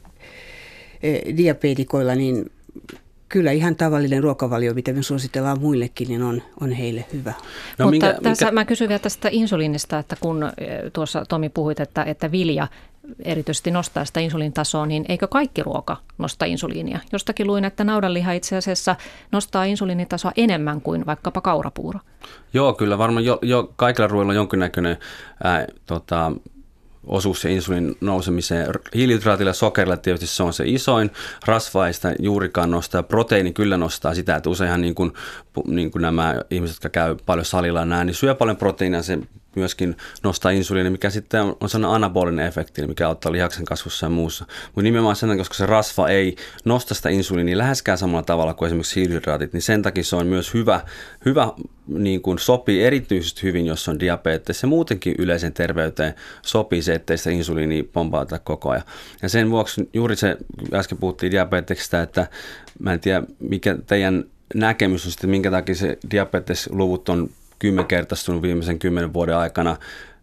Speaker 3: diabeetikoilla, niin kyllä ihan tavallinen ruokavalio, mitä me suositellaan muillekin, niin on, on heille hyvä.
Speaker 2: No, mutta minkä, tässä minkä... mä kysyn vielä tästä insuliinista, että kun tuossa Tomi puhuit, että, että vilja erityisesti nostaa sitä insuliinitasoa, niin eikö kaikki ruoka nosta insuliinia? Jostakin luin, että naudanliha itse asiassa nostaa insuliinitasoa enemmän kuin vaikkapa kaurapuuro.
Speaker 4: Joo, kyllä varmaan jo, jo kaikilla ruoilla on jonkinnäköinen ää, tota, osuus ja insuliinin nousemiseen. Hiilihydraatilla ja sokerilla tietysti se on se isoin. Rasva ei sitä juurikaan nostaa ja proteiini kyllä nostaa sitä, että useinhan niin kuin, niin kuin nämä ihmiset, jotka käy paljon salilla ja näin, niin syö paljon proteiinia, se myöskin nostaa insuliini, mikä sitten on, on sellainen anabolinen efekti, mikä auttaa lihaksen kasvussa ja muussa. Mutta nimenomaan sen takia, koska se rasva ei nosta sitä insuliinia läheskään samalla tavalla kuin esimerkiksi hiilihydraatit, niin sen takia se on myös hyvä, hyvä niin kuin sopii erityisesti hyvin, jos on diabetes ja muutenkin yleisen terveyteen sopii se, ettei sitä insuliinia pompaata koko ajan. Ja sen vuoksi juuri se, äsken puhuttiin diabeteksistä, että mä en tiedä, mikä teidän näkemys on sitten, minkä takia se diabetesluvut on kymmenkertaistunut viimeisen kymmenen vuoden aikana,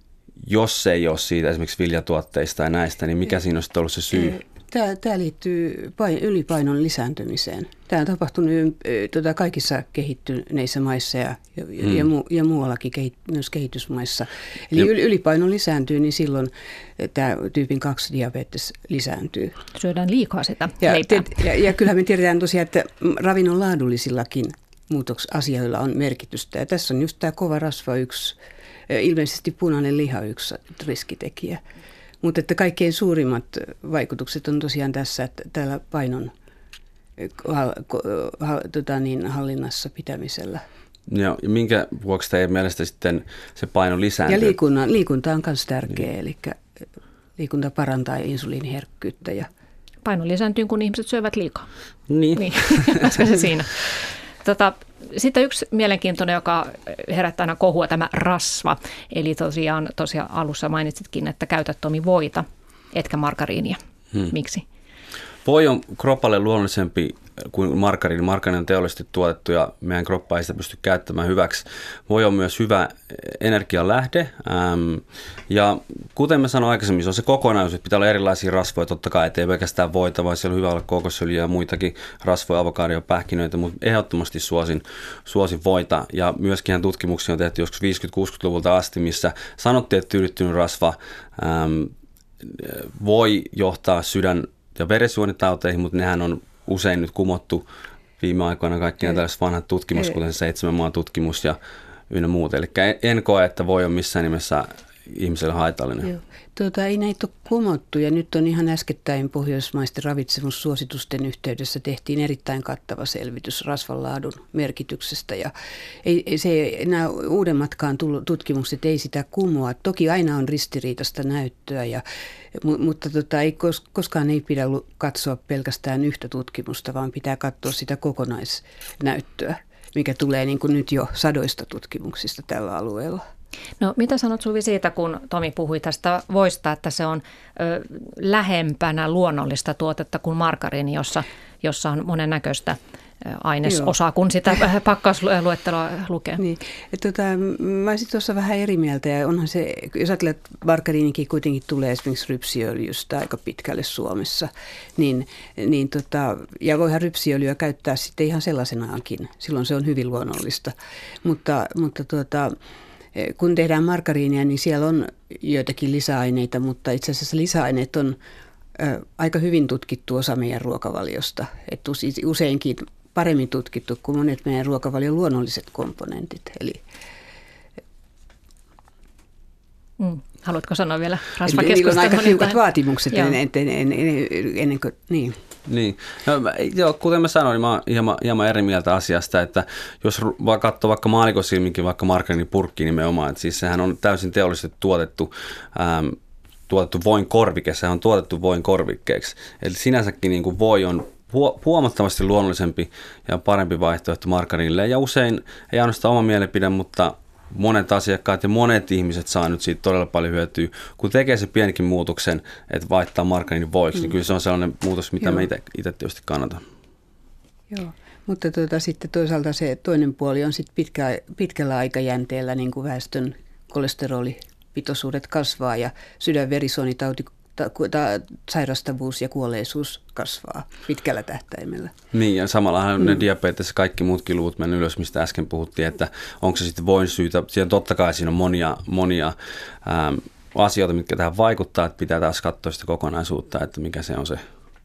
Speaker 4: jos se ei ole siitä esimerkiksi viljatuotteista ja näistä, niin mikä siinä olisi ollut se syy?
Speaker 3: Tämä, tämä liittyy ylipainon lisääntymiseen. Tämä on tapahtunut tuota, kaikissa kehittyneissä maissa ja, ja, hmm. ja, mu, ja muuallakin kehit, myös kehitysmaissa. Eli ja, ylipaino lisääntyy, niin silloin tämä tyypin kaksi diabetes lisääntyy.
Speaker 2: Syödään liikaa sitä
Speaker 3: ja,
Speaker 2: leipää.
Speaker 3: Ja, ja kyllähän me tiedetään tosiaan, että ravinnon laadullisillakin muutosasioilla on merkitystä. Ja tässä on just tämä kova rasva yksi, ilmeisesti punainen liha yksi riskitekijä. Mutta että kaikkein suurimmat vaikutukset on tosiaan tässä, että täällä painon hal, hal, tota niin, hallinnassa pitämisellä.
Speaker 4: Joo, ja minkä vuoksi teidän mielestä sitten se paino lisääntyy?
Speaker 3: Ja liikunta, liikunta on myös tärkeä, niin. Eli liikunta parantaa insuliiniherkkyyttä. Ja
Speaker 2: paino lisääntyy, kun ihmiset syövät liikaa.
Speaker 4: Niin.
Speaker 2: niin. Olisiko se siinä? Tota, sitten yksi mielenkiintoinen, joka herättää aina kohua, tämä rasva. Eli tosiaan, tosiaan alussa mainitsitkin, että käytät Tomi voita, etkä margariinia. Hmm. Miksi?
Speaker 4: Voi on kroppalle luonnollisempi kuin margariini. Margariini on teollisesti tuotettu ja meidän kroppa ei sitä pysty käyttämään hyväksi. Voi on myös hyvä energialähde. Ähm, ja kuten mä sanoin aikaisemmin, se on se kokonaisuus. Pitää olla erilaisia rasvoja, totta kai, ettei pelkästään voita, vaan siellä on hyvä olla kokosöljyä ja muitakin rasvoja, avokadia, pähkinöitä, mutta ehdottomasti suosin, suosin voita. Ja myöskin tutkimuksia on tehty joskus viisikymmentä-kuusikymmentäluvulta asti, missä sanottiin, että tyydyttynyt rasva ähm, voi johtaa sydän- ja verisuonitauteihin, mutta nehän on usein nyt kumottu viime aikoina kaikki nämä tällaiset vanhat tutkimus, kuten seitsemän maan tutkimus ja ynnä muuta. Eli en koe, että voi olla missään nimessä ihmiselle haitallinen. Joo.
Speaker 3: Tuota, ei näitä ole kumottu ja nyt on ihan äskettäin pohjoismaisten ravitsemussuositusten yhteydessä tehtiin erittäin kattava selvitys rasvanlaadun merkityksestä ja ei, ei se, nämä uudemmatkaan tutkimukset ei sitä kumoa. Toki aina on ristiriitaista näyttöä, ja, mutta tota, ei, koskaan ei pidä katsoa pelkästään yhtä tutkimusta, vaan pitää katsoa sitä kokonaisnäyttöä, mikä tulee niin kuin nyt jo sadoista tutkimuksista tällä alueella.
Speaker 2: No mitä sanot Suvi siitä, kun Tomi puhui tästä voista, että se on ö, lähempänä luonnollista tuotetta kuin margariini, jossa, jossa on monennäköistä ainesosaa, kun sitä pakkausluetteloa lukee.
Speaker 3: Niin. Tota, mä olisin tuossa vähän eri mieltä, ja onhan se, jos ajattelee, että margariinikin kuitenkin tulee esimerkiksi rypsiöljystä aika pitkälle Suomessa, niin, niin tota, ja voihan rypsiöljyä käyttää sitten ihan sellaisenaankin, silloin se on hyvin luonnollista, mutta, mutta tuota, kun tehdään margariinia, niin siellä on joitakin lisäaineita, mutta itse asiassa lisäaineet on ä, aika hyvin tutkittu osa meidän ruokavaliosta, että useinkin paremmin tutkittu kuin monet meidän ruokavalion luonnolliset komponentit. Eli
Speaker 2: mm. Haluatko sanoa vielä
Speaker 3: rasvakeskustelun? Niillä on aika tiukat vaatimukset ennen, ennen, ennen, ennen kuin, niin.
Speaker 4: Niin. No, joo, kuten mä sanoin, niin mä oon hieman, hieman eri mieltä asiasta, että jos katsoo vaikka maalikosilminkin vaikka margarinipurkkiin nimenomaan, että siis sehän on täysin teollisesti tuotettu, ähm, tuotettu voin korvike, sehän on tuotettu voin korvikkeeksi. Eli sinänsäkin niin kuin voi on huomattavasti luonnollisempi ja parempi vaihtoehto margariinille. Ja usein, ei ainoastaan oma mielipide, mutta monet asiakkaat ja monet ihmiset saa nyt siitä todella paljon hyötyä. Kun tekee se pienikin muutoksen, että vaihtaa margariinin voiksi, mm. niin kyllä se on sellainen muutos, mitä Joo. me itse tietysti kannatan.
Speaker 3: Joo, mutta tuota, sitten toisaalta se toinen puoli on sitten pitkä, pitkällä aikajänteellä niin kuin väestön kolesterolipitoisuudet kasvaa ja sydän-verisuonitauti sairastavuus ja kuolleisuus kasvaa pitkällä tähtäimellä.
Speaker 4: Niin, ja samallahan mm. ne diabetes ja kaikki muutkin luvut mennyt ylös, mistä äsken puhuttiin, että onko se sitten voin syytä. Siinä totta kai siinä on monia, monia ähm, asioita, mitkä tähän vaikuttaa, että pitää taas katsoa sitä kokonaisuutta, että mikä se on se.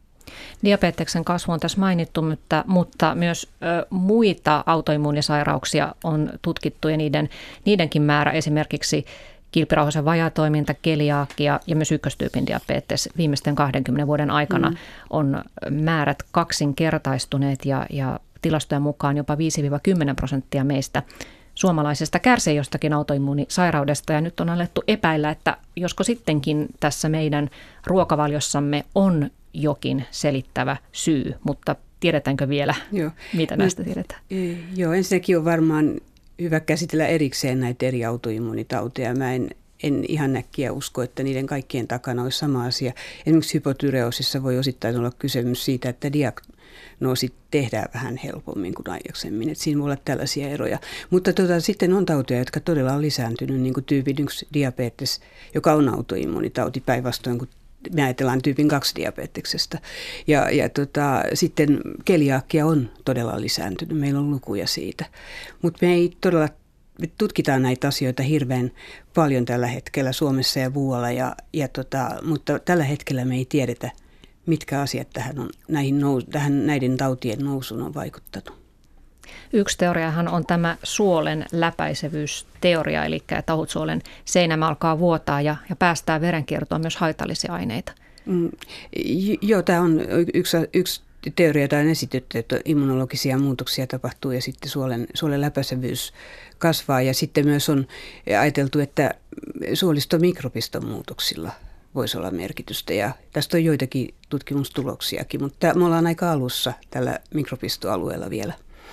Speaker 2: Diabeteksen kasvu on tässä mainittu, mutta, mutta myös ö, muita autoimmuunisairauksia on tutkittu ja niiden, niidenkin määrä esimerkiksi kilpirauhasen vajaatoiminta, keliaakia ja myös ykköstyypin diabetes viimeisten kahdenkymmenen vuoden aikana mm. on määrät kaksinkertaistuneet ja, ja tilastojen mukaan jopa viisi kymmenen prosenttia meistä suomalaisista kärsii jostakin autoimmuunisairaudesta. Ja nyt on alettu epäillä, että josko sittenkin tässä meidän ruokavaliossamme on jokin selittävä syy, mutta tiedetäänkö vielä, Joo. mitä näistä no, tiedetään?
Speaker 3: Joo, ensinnäkin on varmaan hyvä käsitellä erikseen näitä eri autoimmuunitauteja. Mä en, en ihan näkkiä usko, että niiden kaikkien takana olisi sama asia. Esimerkiksi hypotyreosissa voi osittain olla kysymys siitä, että diagnoosit tehdään vähän helpommin kuin aikaisemmin. Että siinä voi olla tällaisia eroja. Mutta tota, sitten on tauteja, jotka todella on lisääntynyt, niin kuin tyypin yksi diabetes, joka on autoimmuunitauti päinvastoin kuin me ajatellaan tyypin kaksi diabeteksestä. Ja, ja tota, sitten keliakia on todella lisääntynyt. Meillä on lukuja siitä. Mutta me ei todella, me tutkitaan näitä asioita hirveän paljon tällä hetkellä Suomessa ja muualla. Ja, ja tota, mutta tällä hetkellä me ei tiedetä, mitkä asiat tähän on, näihin nous, tähän, näiden tautien nousuun on vaikuttanut.
Speaker 2: Yksi teoriahan on tämä suolen läpäisevyysteoria, eli että ohutsuolen seinämä alkaa vuotaa ja, ja päästää verenkiertoon myös haitallisia aineita.
Speaker 3: Mm, joo, tämä on yksi, yksi teoria, jota on esitetty, että immunologisia muutoksia tapahtuu ja sitten suolen, suolen läpäisevyys kasvaa. Ja sitten myös on ajateltu, että suolistomikropiston muutoksilla voisi olla merkitystä. Ja tästä on joitakin tutkimustuloksiakin, mutta me ollaan aika alussa tällä mikropistoalueella vielä.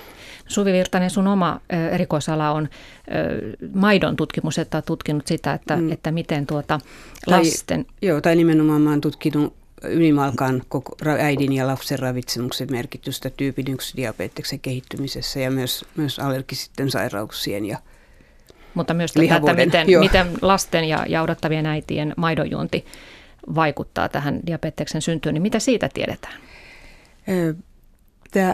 Speaker 2: Suvi Virtanen, sun oma ö, erikoisala on ö, maidon tutkimus, että olet tutkinut sitä, että, mm. että miten tuota lasten...
Speaker 3: Tai, joo, tai nimenomaan mä oon tutkinut ylimalkaan koko äidin ja lapsen ravitsemuksen merkitystä tyypin yksi diabeteksen kehittymisessä ja myös, myös allergisten sairauksien ja
Speaker 2: Mutta myös tätä, että miten, miten lasten ja, ja odottavien äitien maidonjuonti vaikuttaa tähän diabeteksen syntyyn, niin mitä siitä tiedetään?
Speaker 3: Ö, Tää,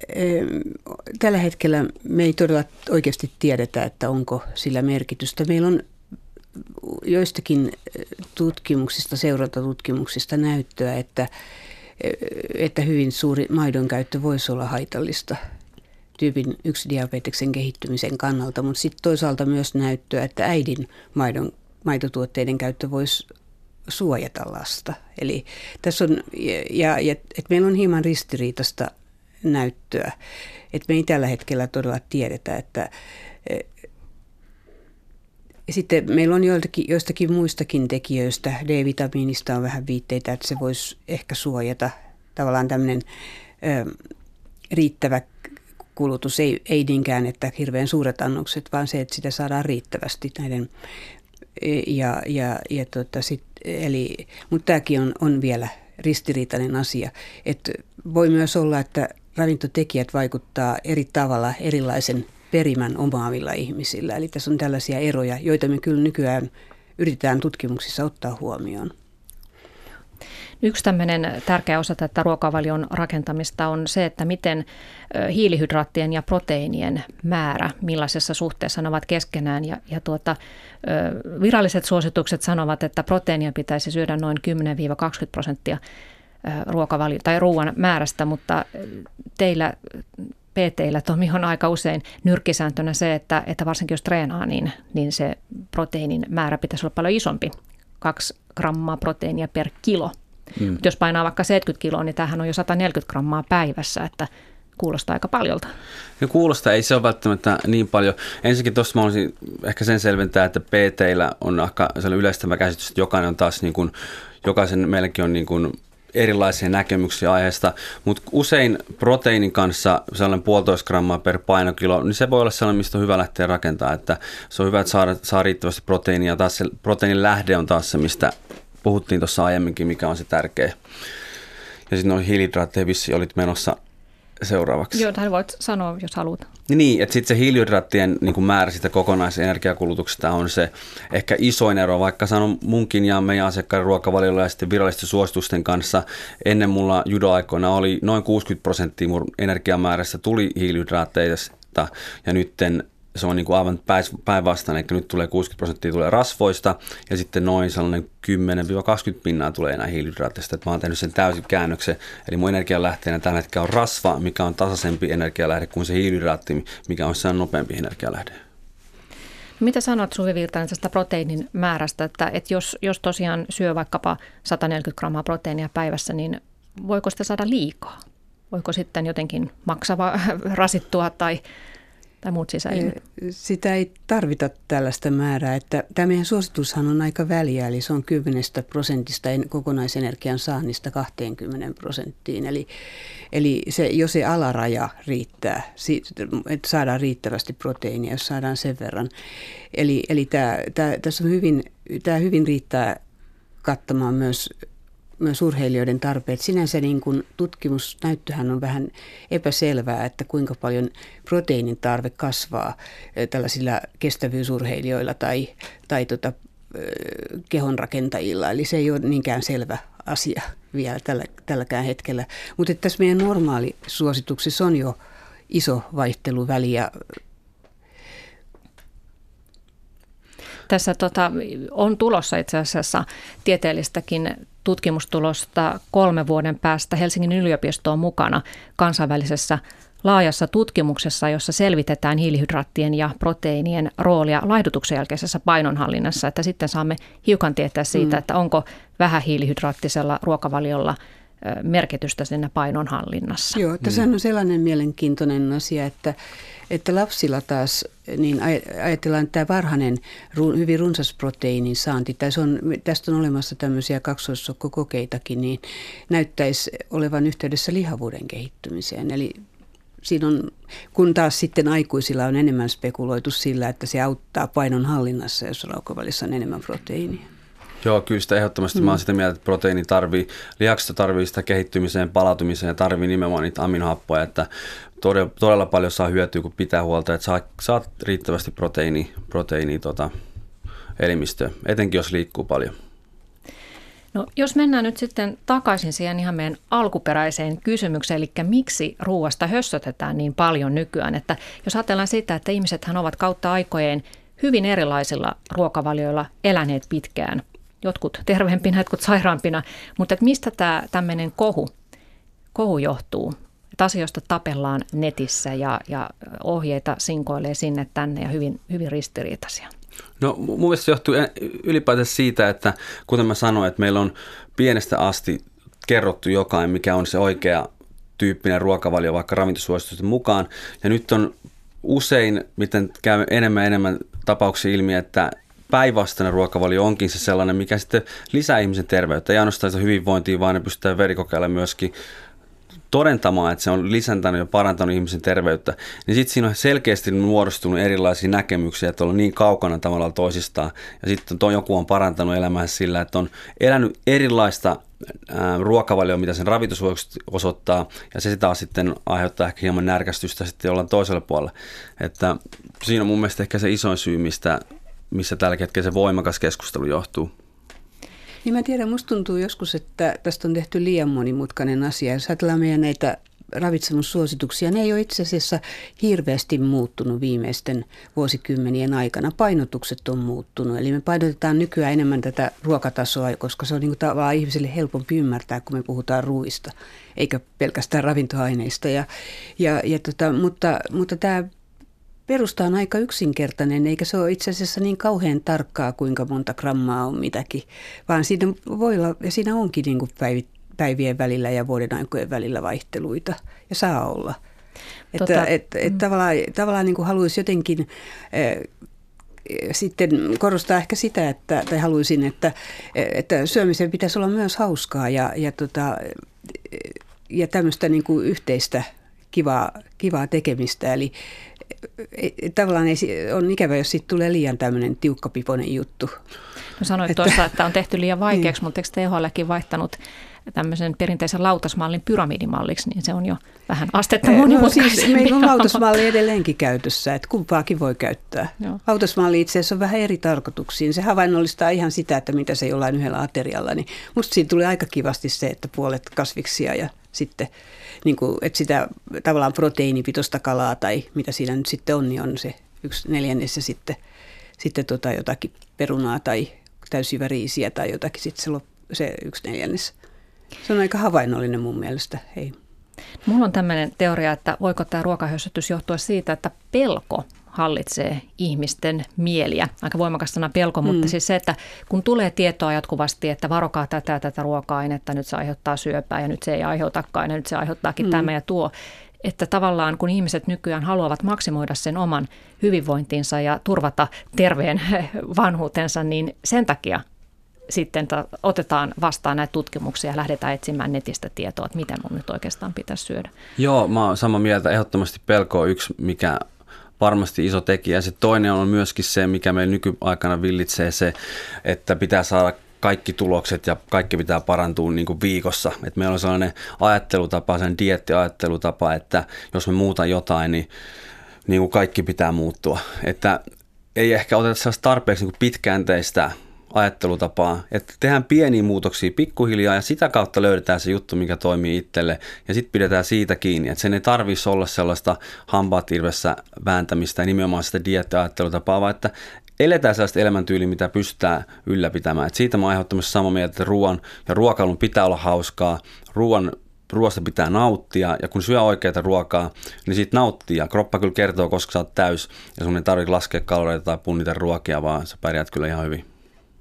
Speaker 3: tällä hetkellä me ei todella oikeasti tiedetä, että onko sillä merkitystä. Meillä on joistakin tutkimuksista, seurantatutkimuksista näyttöä, että, että hyvin suuri maidon käyttö voisi olla haitallista tyypin yksi diabeteksen kehittymisen kannalta, mutta sitten toisaalta myös näyttöä, että äidin maidon, maitotuotteiden käyttö voisi suojata lasta. Eli tässä on, ja, ja, että meillä on hieman ristiriitaista näyttöä, että me ei tällä hetkellä todella tiedetä, että sitten meillä on joiltakin, joistakin muistakin tekijöistä, D-vitamiinista on vähän viitteitä, että se voisi ehkä suojata tavallaan tämmöinen ö, riittävä kulutus, ei, ei niinkään, että hirveän suuret annokset, vaan se, että sitä saadaan riittävästi näiden, ja, ja, ja tota sit, eli, mutta tämäkin on, on vielä ristiriitainen asia, että voi myös olla, että ravintotekijät vaikuttaa eri tavalla erilaisen perimän omaavilla ihmisillä. Eli tässä on tällaisia eroja, joita me kyllä nykyään yritetään tutkimuksissa ottaa huomioon.
Speaker 2: Yksi tämmöinen tärkeä osa tätä ruokavalion rakentamista on se, että miten hiilihydraattien ja proteiinien määrä, millaisessa suhteessa ne ovat keskenään. Ja, ja tuota, viralliset suositukset sanovat, että proteiinia pitäisi syödä noin kymmenen kaksikymmentä prosenttia ruokavalio- tai ruoan määrästä, mutta teillä P T:llä, Tomi, on aika usein nyrkkisääntönä se, että, että varsinkin jos treenaa, niin, niin se proteiinin määrä pitäisi olla paljon isompi, kaksi grammaa proteiinia per kilo. Mm. Jos painaa vaikka seitsemänkymmentä kiloa, niin tämähän on jo sata neljäkymmentä grammaa päivässä, että kuulostaa aika paljolta. No
Speaker 4: kuulostaa, ei se ole välttämättä niin paljon. Ensinnäkin tuossa mä olisin ehkä sen selventää, että P T:llä on aika yleistävä käsitys, että jokainen on taas niin kuin, jokaisen meilläkin on niin kuin erilaisia näkemyksiä aiheesta, mutta usein proteiinin kanssa sellainen puolitoista grammaa per painokilo, niin se voi olla sellainen, mistä on hyvä lähteä rakentamaan, että se on hyvä, että saa, saa riittävästi proteiinia. Taas se proteiinin lähde on taas se, mistä puhuttiin tuossa aiemminkin, mikä on se tärkeä. Ja sitten noin hiilihydraatteja vissiin olit menossa seuraavaksi.
Speaker 2: Joo, tähän voit sanoa, jos haluat.
Speaker 4: Niin, että sitten se hiilihydraattien niin kuin määrä sitä kokonaisenergiakulutuksesta on se ehkä isoin ero, vaikka sanon munkin ja meidän asiakkaiden ruokavaliolla ja sitten virallisten suositusten kanssa. Ennen mulla judoaikoina oli noin kuusikymmentä prosenttia mun energiamäärästä tuli hiilihydraatteista ja nytten se on niin kuin aivan päinvastainen, eli nyt tulee kuusikymmentä prosenttia tulee rasvoista ja sitten noin sellainen kymmenen kaksikymmentä pinnaa tulee enää hiilihydraatteista. Että mä oon tehnyt sen täysin käännöksen, eli mun energialähteenä tällä hetkellä on rasva, mikä on tasaisempi energialähde kuin se hiilihydraatti, mikä on sen nopeampi energialähde.
Speaker 2: Mitä sanot, Suvi Virtanen, tästä proteiinin määrästä, että, että jos, jos tosiaan syö vaikkapa sata neljäkymmentä grammaa proteiinia päivässä, niin voiko sitä saada liikaa? Voiko sitten jotenkin maksava rasittua tai... tai muut sisäilmiöt?
Speaker 3: Sitä ei tarvita tällaista määrää, että tämä meidän suositushan on aika väliä, eli se on kymmenestä prosentista kokonaisenergian saannista kaksikymmentä prosenttiin, eli, eli se, jos se alaraja riittää, että saadaan riittävästi proteiinia, jos saadaan sen verran, eli, eli tämä, tämä, tässä on hyvin, tämä hyvin riittää kattamaan myös myös urheilijoiden tarpeet. Sinänsä niin kuin tutkimusnäyttöhän on vähän epäselvää, että kuinka paljon proteiinin tarve kasvaa tällaisilla kestävyysurheilijoilla tai, tai tota, kehonrakentajilla. Eli se ei ole niinkään selvä asia vielä tällä, tälläkään hetkellä. Mutta tässä meidän normaalisuosituksessa on jo iso vaihteluväli ja
Speaker 2: Tässä tota, on tulossa itse asiassa tieteellistäkin tutkimustulosta kolmen vuoden päästä. Helsingin yliopisto on mukana kansainvälisessä laajassa tutkimuksessa, jossa selvitetään hiilihydraattien ja proteiinien roolia laihdutuksen jälkeisessä painonhallinnassa. Että sitten saamme hiukan tietää siitä, mm. että onko vähähiilihydraattisella ruokavaliolla merkitystä siinä painonhallinnassa.
Speaker 3: Joo, tässä on sellainen mielenkiintoinen asia, että Että lapsilla taas niin ajatellaan, että tämä varhainen hyvin runsas proteiinin saanti, tässä on, tästä on olemassa tämmöisiä kaksoissokkokokeitakin, niin näyttäisi olevan yhteydessä lihavuuden kehittymiseen. Eli siinä on, kun taas sitten aikuisilla on enemmän spekuloitu sillä, että se auttaa painon hallinnassa, jos ruokavaliossa on enemmän proteiinia.
Speaker 4: Joo, kyllä sitä ehdottomasti. Mm. Mä oon sitä mieltä, että proteiini tarvii, lihaksista tarvii sitä kehittymiseen, palautumiseen ja tarvii nimenomaan niitä aminohappoja, että todella, todella paljon saa hyötyä, kun pitää huolta, että saa, saat riittävästi proteiini, proteiini tota, elimistöä, etenkin jos liikkuu paljon.
Speaker 2: No, jos mennään nyt sitten takaisin siihen ihan meidän alkuperäiseen kysymykseen, eli miksi ruoasta hössötetään niin paljon nykyään, että jos ajatellaan sitä, että ihmisethän ovat kautta aikojen hyvin erilaisilla ruokavalioilla eläneet pitkään, jotkut terveempinä, jotkut sairaampina, mutta että mistä tämä tämmöinen kohu, kohu johtuu? Että asioista tapellaan netissä ja, ja ohjeita sinkoilee sinne tänne ja hyvin, hyvin ristiriitaisia.
Speaker 4: No mun mielestä se johtuu ylipäätään siitä, että kuten mä sanoin, että meillä on pienestä asti kerrottu jokainen, mikä on se oikea tyyppinen ruokavalio vaikka ravintosuositusten mukaan. Ja nyt on usein, miten käy enemmän ja enemmän tapauksia ilmi, että päinvastainen ruokavalio onkin se sellainen, mikä sitten lisää ihmisen terveyttä. Ei ainoastaan sitä hyvinvointia, vaan ne pystytään verikokeilla myöskin todentamaan, että se on lisäntänyt ja parantanut ihmisen terveyttä, niin sitten siinä on selkeästi muodostunut erilaisia näkemyksiä, että on niin kaukana tavallaan toisistaan. Ja sitten joku on parantanut elämäänsä sillä, että on elänyt erilaista ruokavalio, mitä sen ravitus voi osoittaa, ja se taas sitten aiheuttaa ehkä hieman närkästystä sitten ollaan toisella puolella. Että siinä on mun mielestä ehkä se isoin syy, mistä, missä tällä hetkellä se voimakas keskustelu johtuu.
Speaker 3: Niin mä tiedän, musta tuntuu joskus, että tästä on tehty liian monimutkainen asia. Jos ajatellaan meidän näitä ravitsemussuosituksia, ne ei ole itse asiassa hirveästi muuttunut viimeisten vuosikymmenien aikana. Painotukset on muuttunut, eli me painotetaan nykyään enemmän tätä ruokatasoa, koska se on niin kuin tavallaan ihmiselle helpompi ymmärtää, kun me puhutaan ruuista, eikä pelkästään ravintoaineista. Ja, ja, ja tota, mutta, mutta tämä perusta on aika yksinkertainen, eikä se ole itse asiassa niin kauhean tarkkaa, kuinka monta grammaa on mitäkin, vaan siinä voi olla, ja siinä onkin niin kuin päivien välillä ja vuoden aikojen välillä vaihteluita, ja saa olla. Tota, että et, et, tavallaan tavallaan niin kuin haluaisi jotenkin äh, sitten korostaa ehkä sitä, että, tai haluaisin, että, että syömisen pitäisi olla myös hauskaa ja, ja, tota, ja tämmöistä niin kuin yhteistä kivaa, kivaa tekemistä, eli tavallaan ei, on ikävä, jos siitä tulee liian tämmöinen tiukkapipoinen juttu.
Speaker 2: No sanoit että, tuossa, että on tehty liian vaikeaksi, niin. Mutta eikö T H L:kin vaihtanut tämmöisen perinteisen lautasmallin pyramidimalliksi, niin se on jo vähän astetta monimutkaisempi. No siis meillä on lautasmalli edelleenkin käytössä, että kumpaakin voi käyttää. Joo. Lautasmalli itse asiassa on vähän eri tarkoituksiin. Se havainnollistaa ihan sitä, että mitä se jollain yhdellä aterialla. Niin musta siinä tulee aika kivasti se, että puolet kasviksia ja sitten niin kuin, että sitä tavallaan proteiinipitoista kalaa tai mitä siinä nyt sitten on, niin on se yksi neljännes ja sitten, sitten tota jotakin perunaa tai täysjyväriisiä tai jotakin sitten se, se yksi neljännes. Se on aika havainnollinen mun mielestä. Hei. Mulla on tämmöinen teoria, että voiko tämä ruokahössötys johtua siitä, että pelko hallitsee ihmisten mieliä. Aika voimakas sana pelko, mm. mutta siis se, että kun tulee tietoa jatkuvasti, että varokaa tätä ja tätä ruoka-ainetta, nyt se aiheuttaa syöpää ja nyt se ei aiheutakaan ja nyt se aiheuttaakin mm. tämä ja tuo. Että tavallaan kun ihmiset nykyään haluavat maksimoida sen oman hyvinvointinsa ja turvata terveen vanhuutensa, niin sen takia sitten otetaan vastaan näitä tutkimuksia ja lähdetään etsimään netistä tietoa, että mitä mun nyt oikeastaan pitäisi syödä.
Speaker 4: Joo, mä oon samaa mieltä. Ehdottomasti pelko on yksi, mikä varmasti iso tekijä. Ja sitten toinen on myöskin se, mikä meillä nykyaikana villitsee se, että pitää saada kaikki tulokset ja kaikki pitää parantua niin kuin viikossa. Et meillä on sellainen ajattelutapa, sellainen dieettiajattelutapa, että jos me muutan jotain, niin, niin kuin kaikki pitää muuttua. Että ei ehkä oteta sellaista tarpeeksi niin kuin pitkäänteistä ajattelutapaa, että tehdään pieniä muutoksia pikkuhiljaa ja sitä kautta löydetään se juttu, mikä toimii itselle ja sitten pidetään siitä kiinni, että sen ei tarvitsisi olla sellaista hampaat irvessä vääntämistä ja nimenomaan sitä dieettiajattelutapaa, vaan että eletään sellaista elämäntyyliä, mitä pystytään ylläpitämään. Et siitä mä oon ehdottomasti samaa mieltä, että ruoan ja ruokailun pitää olla hauskaa, ruoan Ruoasta pitää nauttia ja kun syö oikeaa ruokaa, niin siitä nauttii ja kroppa kyllä kertoo, koska sä oot täys ja sun ei tarvitse laskea kaloreita tai punnita ruokia, vaan sä pärjäät kyllä ihan hyvin.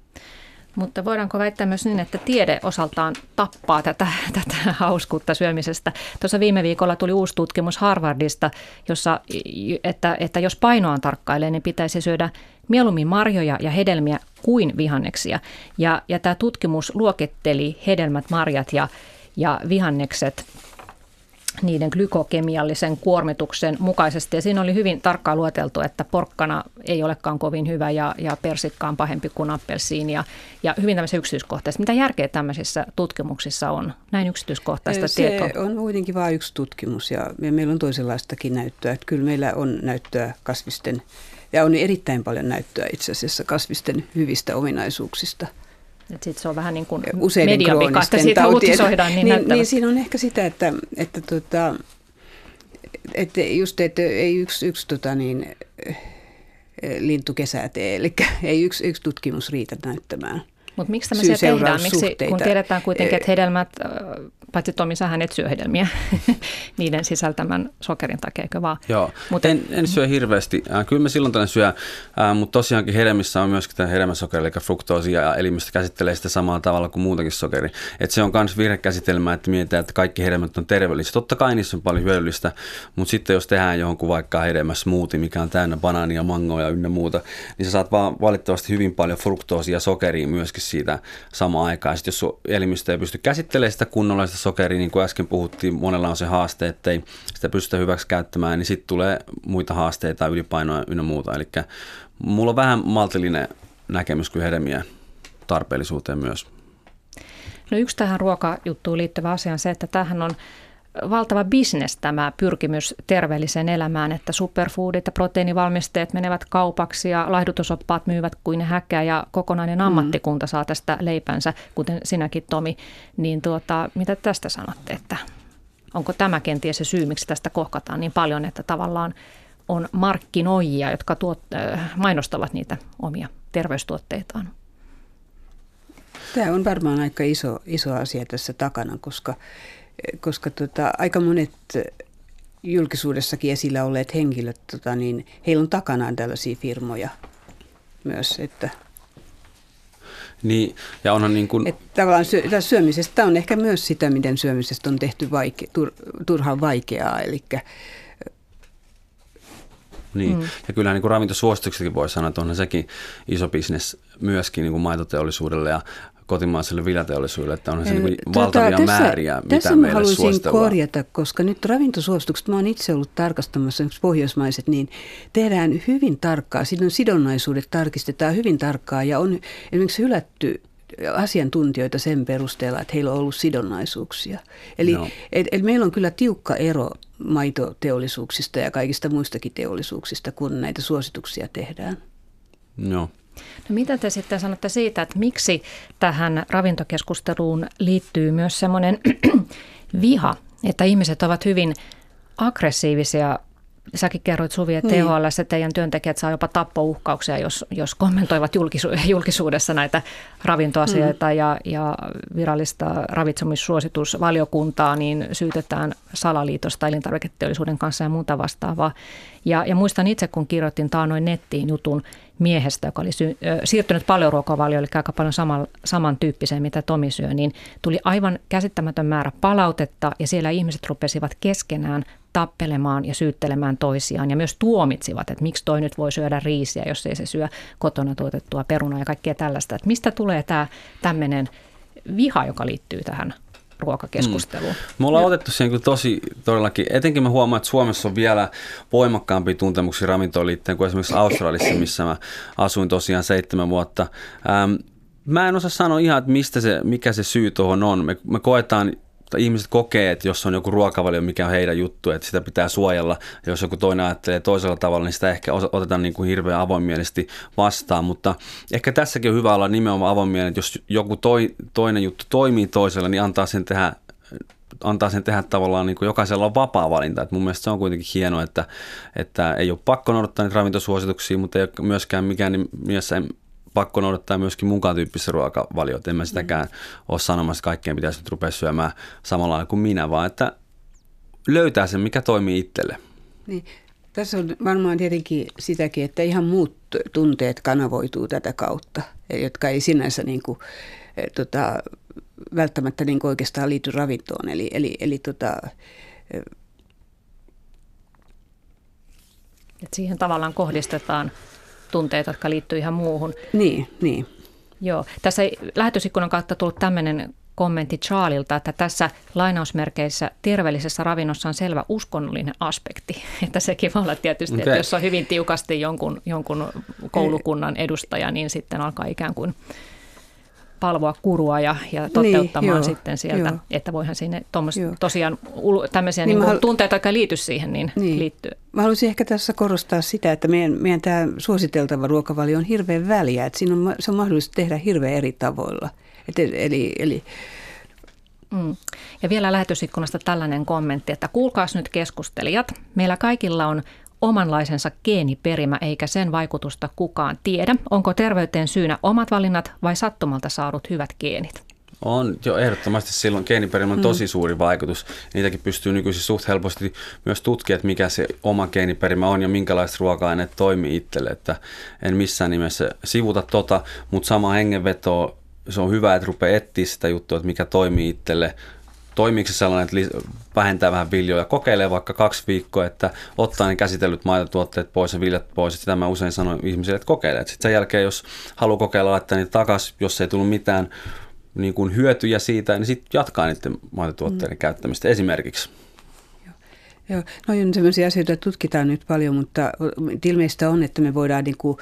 Speaker 2: Mutta voidaanko väittää myös niin, että tiede osaltaan tappaa tätä, tätä hauskuutta syömisestä? Tuossa viime viikolla tuli uusi tutkimus Harvardista, jossa, että, että jos painoaan tarkkailee, niin pitäisi syödä mieluummin marjoja ja hedelmiä kuin vihanneksia. Ja, ja tämä tutkimus luokitteli hedelmät, marjat ja, ja vihannekset niiden glykokemiallisen kuormituksen mukaisesti. Ja siinä oli hyvin tarkkaan lueteltu, että porkkana ei olekaan kovin hyvä ja, ja persikka on pahempi kuin appelsiini. Ja, ja hyvin tämmöisiä yksityiskohtaisia. Mitä järkeä tämmöisissä tutkimuksissa on? Näin yksityiskohtaista
Speaker 3: se
Speaker 2: tietoa.
Speaker 3: Se on kuitenkin vain yksi tutkimus ja, ja meillä on toisenlaistakin näyttöä. Että kyllä meillä on näyttöä kasvisten, ja on erittäin paljon näyttöä itse asiassa kasvisten hyvistä ominaisuuksista.
Speaker 2: Sitten se on vähän niin kuin
Speaker 3: mediavika,
Speaker 2: että siitä uutisoidaan niin,
Speaker 3: niin, niin siinä on ehkä sitä, että, että, tota, että just, että ei yksi, yksi tota niin, lintu kesää tee, eli ei yksi, yksi tutkimus riitä näyttämään.
Speaker 2: Mutta miksi tämmöisiä tehdään? Miksi, kun tiedetään kuitenkin, että hedelmät, paitsi Tomi, sähän et syö hedelmiä niiden sisältämän sokerin takia, eikö vaan?
Speaker 4: Joo, Mut, en, en syö hirveästi. Äh, kyllä mä silloin tällä syö, äh, mutta tosiaankin hedelmissä on myöskin tämä hedelmäsokeri, eli fruktoosi, ja elimistö käsittelee sitä samalla tavalla kuin muutakin sokeri. Et se on myös virhekäsitelmä, että mietitään, että kaikki hedelmät on terveellisiä. Totta kai niissä on paljon hyödyllistä, mutta sitten jos tehdään johonkin vaikka hedelmäsmoothie, mikä on täynnä banaania, mangoa ja ynnä muuta, niin sä saat vaan valitettavasti hyvin paljon fruktoosia ja sokeria myöskin siitä samaan aikaan. Sitten jos elimistö ei pysty käsittelemään sitä kunnolla sitä sokeria, niin kuin äsken puhuttiin, monella on se haaste, että ei sitä pystytä hyväksi käyttämään, niin sitten tulee muita haasteita, ylipainoa ynnä muuta. Eli mulla on vähän maltillinen näkemys kuin hedelmien tarpeellisuuteen myös.
Speaker 2: No yksi tähän ruokajuttuun liittyvä asia on se, että tämähän on valtava bisnes tämä pyrkimys terveelliseen elämään, että superfoodit ja proteiinivalmisteet menevät kaupaksi ja laihdutusoppaat myyvät kuin häkä ja kokonainen ammattikunta saa tästä leipänsä, kuten sinäkin Tomi. Niin tuota, mitä tästä sanotte, että onko tämä kenties se syy, miksi tästä kohkataan niin paljon, että tavallaan on markkinoijia, jotka tuot, mainostavat niitä omia terveystuotteitaan?
Speaker 3: Tämä on varmaan aika iso, iso asia tässä takana, koska, koska tota, aika monet julkisuudessakin esillä olleet henkilöt, tota, niin heillä on takanaan tällaisia firmoja myös. Että,
Speaker 4: niin, ja onhan niin kuin...
Speaker 3: että tavallaan syö, syömisestä on ehkä myös sitä, miten syömisestä on tehty vaike, tur, turhaan vaikeaa, eli
Speaker 4: Niin, mm. ja kyllähän niin kuin ravintosuosituksetkin voi sanoa, että onhan sekin iso bisnes myöskin niin kuin maitoteollisuudelle ja kotimaiselle viljateollisuudelle, että onhan se niin kuin
Speaker 3: tota,
Speaker 4: valtavia
Speaker 3: tässä,
Speaker 4: määriä, mitä
Speaker 3: tässä
Speaker 4: meille
Speaker 3: haluaisin
Speaker 4: suositellaan.
Speaker 3: korjata, koska nyt ravintosuositukset, mä oon itse ollut tarkastamassa, esimerkiksi pohjoismaiset, niin tehdään hyvin tarkkaa, siinä on sidonnaisuudet tarkistetaan hyvin tarkkaa ja on esimerkiksi hylätty asiantuntijoita sen perusteella, että heillä on ollut sidonnaisuuksia. Eli, no. et, et meillä on kyllä tiukka ero maitoteollisuuksista ja kaikista muistakin teollisuuksista, kun näitä suosituksia tehdään.
Speaker 4: No.
Speaker 2: No mitä te sitten sanotte siitä, että miksi tähän ravintokeskusteluun liittyy myös semmoinen viha, että ihmiset ovat hyvin aggressiivisia. Säkin kerroit, Suvi, että T H L S teidän työntekijät saa jopa tappouhkauksia, jos, jos kommentoivat julkisu- julkisuudessa näitä ravintoasioita mm. ja, ja virallista ravitsemussuositusvaliokuntaa, niin syytetään salaliitosta elintarviketeollisuuden kanssa ja muuta vastaavaa. Ja, ja muistan itse, kun kirjoitin taanoin nettiin jutun miehestä, joka oli sy- siirtynyt paljon ruokavalioon, eli aika paljon saman, samantyyppiseen, mitä Tomi syö, niin tuli aivan käsittämätön määrä palautetta ja siellä ihmiset rupesivat keskenään tappelemaan ja syyttelemään toisiaan ja myös tuomitsivat, että miksi toi nyt voi syödä riisiä, jos ei se syö kotona tuotettua perunaa ja kaikkea tällaista. Että mistä tulee tämä tämmöinen viha, joka liittyy tähän ruokakeskusteluun? Mm.
Speaker 4: Me ollaan otettu siihen tosi todellakin, etenkin mä huomaan, että Suomessa on vielä voimakkaampia tuntemuksia ravintoon liittyen kuin esimerkiksi Australiassa, missä mä asuin tosiaan seitsemän vuotta. Ähm, mä en osaa sanoa ihan, että mistä se, mikä se syy tuohon on. Me, me koetaan, ihmiset kokee, että jos on joku ruokavalio, mikä on heidän juttu, että sitä pitää suojella. Ja jos joku toinen ajattelee toisella tavalla, niin sitä ehkä otetaan niin kuin hirveän avoimielisesti vastaan. Mutta ehkä tässäkin on hyvä olla nimenomaan avoimielinen, että jos joku toi, toinen juttu toimii toisella, niin antaa sen tehdä, antaa sen tehdä tavallaan niin kuin jokaisella on vapaa valinta. Et mun mielestä se on kuitenkin hienoa, että, että ei ole pakko noudattaa niitä ravintosuosituksia, mutta ei ole myöskään mikään mielessä pakko noudattaa myöskin mukaan tyyppisiä ruokavalioita. En mä sitäkään mm. ole sanomassa, että kaikkeen pitäisi nyt rupea syömään samalla lailla kuin minä, vaan että löytää sen, mikä toimii itselle.
Speaker 3: Niin. Tässä on varmaan tietenkin sitäkin, että ihan muut tunteet kanavoituu tätä kautta, jotka ei sinänsä niin kuin, tota, välttämättä niin kuin oikeastaan liity ravintoon. Eli, eli, eli tota,
Speaker 2: Et siihen tavallaan kohdistetaan tunteita, jotka liittyy ihan muuhun.
Speaker 3: Niin, niin.
Speaker 2: Joo. Tässä lähetysikkunan kautta tullut tämmöinen kommentti Charlilta, että tässä lainausmerkeissä terveellisessä ravinnossa on selvä uskonnollinen aspekti. Että sekin voi olla tietysti, okay. Että jos on hyvin tiukasti jonkun, jonkun koulukunnan edustaja, niin sitten alkaa ikään kuin palvoa kurua ja, ja toteuttamaan niin, sitten sieltä, joo. Että voihan sinne tommosia, tosiaan tämmöisiä niin, niin halu... tunteita, jotka liity siihen, niin, niin liittyy.
Speaker 3: Mä haluaisin ehkä tässä korostaa sitä, että meidän, meidän tämä suositeltava ruokavalio on hirveän väliä, että siinä on, se on mahdollista tehdä hirveän eri tavoilla. Et, eli, eli...
Speaker 2: Mm. Ja vielä lähetysikkunasta tällainen kommentti, että kuulkaas nyt keskustelijat, meillä kaikilla on omanlaisensa geeniperimä, eikä sen vaikutusta kukaan tiedä. Onko terveyteen syynä omat valinnat vai sattumalta saadut hyvät geenit?
Speaker 4: On jo ehdottomasti silloin geeniperimä on tosi suuri vaikutus. Niitäkin pystyy nykyisin suht helposti myös tutkia, että mikä se oma geeniperimä on ja minkälaiset ruoka-aineet toimii itselle. Että en missään nimessä sivuta tota, mutta sama hengenveto, se on hyvä, että rupeaa etsiä sitä juttua, että mikä toimii itselle. Toimiiko se sellainen, että vähentää vähän viljoja, kokeilee vaikka kaksi viikkoa, että ottaa ne käsitellyt maitotuotteet pois ja viljat pois. Sitä mä usein sanon ihmisille, että kokeile. Sitten sen jälkeen, jos haluaa kokeilla laittaa niitä takaisin, jos ei tullut mitään niin kuin hyötyjä siitä, niin sitten jatkaa niiden maitotuotteiden mm. käyttämistä esimerkiksi.
Speaker 3: Joo, Joo. No on sellaisia asioita, joita tutkitaan nyt paljon, mutta ilmeistä on, että me voidaan niin kuin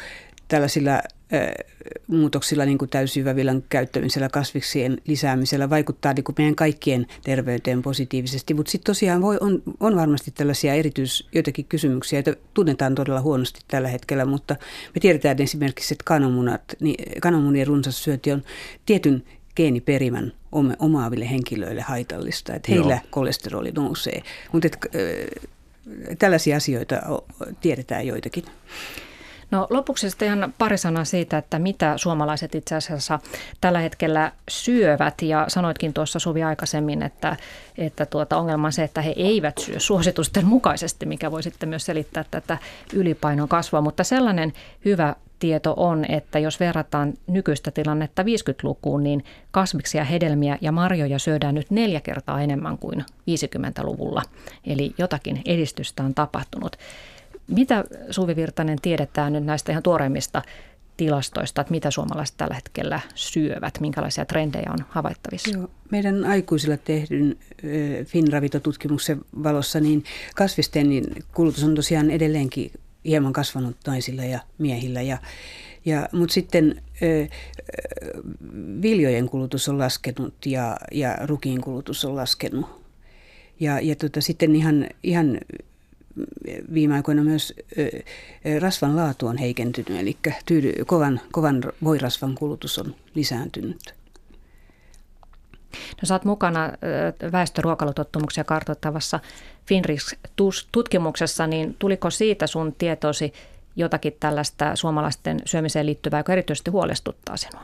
Speaker 3: tällaisilla muutoksilla, niin kuin täysjyvävillan käyttämisellä, kasviksien lisäämisellä vaikuttaa niin kuin meidän kaikkien terveyteen positiivisesti. Mutta sitten tosiaan voi, on, on varmasti tällaisia erityis joitakin kysymyksiä, joita tunnetaan todella huonosti tällä hetkellä, mutta me tiedetään esimerkiksi, että kananmunat, niin kananmunien runsas syönti on tietyn geeniperimän omaaville henkilöille haitallista, että heillä Joo. kolesteroli nousee. Mutta tällaisia asioita tiedetään joitakin.
Speaker 2: No lopuksi sitten ihan pari sanaa siitä, että mitä suomalaiset itse asiassa tällä hetkellä syövät. Ja sanoitkin tuossa Suvi aikaisemmin, että, että tuota ongelma on se, että he eivät syö suositusten mukaisesti, mikä voi sitten myös selittää tätä ylipainon kasvua. Mutta sellainen hyvä tieto on, että jos verrataan nykyistä tilannetta viisikymmentälukuun, niin kasviksia, hedelmiä ja marjoja syödään nyt neljä kertaa enemmän kuin viisikymmentäluvulla. Eli jotakin edistystä on tapahtunut. Mitä Suvi Virtanen tiedetään nyt näistä ihan tuoreimmista tilastoista, että mitä suomalaiset tällä hetkellä syövät, minkälaisia trendejä on havaittavissa?
Speaker 3: Joo, meidän aikuisilla tehdyn Finravito-tutkimuksen valossa niin kasvisten niin kulutus on tosiaan edelleenkin hieman kasvanut naisilla ja miehillä, ja, ja, mutta sitten ö, viljojen kulutus on laskenut ja, ja rukiin kulutus on laskenut. Ja, ja tota, sitten ihan, ihan viime aikoina myös ö, rasvan laatu on heikentynyt, eli tyydy, kovan, kovan voirasvan kulutus on lisääntynyt.
Speaker 2: No, sä oot mukana väestöruokailutottumuksia kartoittavassa Finrix-tutkimuksessa, niin tuliko siitä sun tietoosi jotakin tällaista suomalaisten syömiseen liittyvää, joka erityisesti huolestuttaa sinua?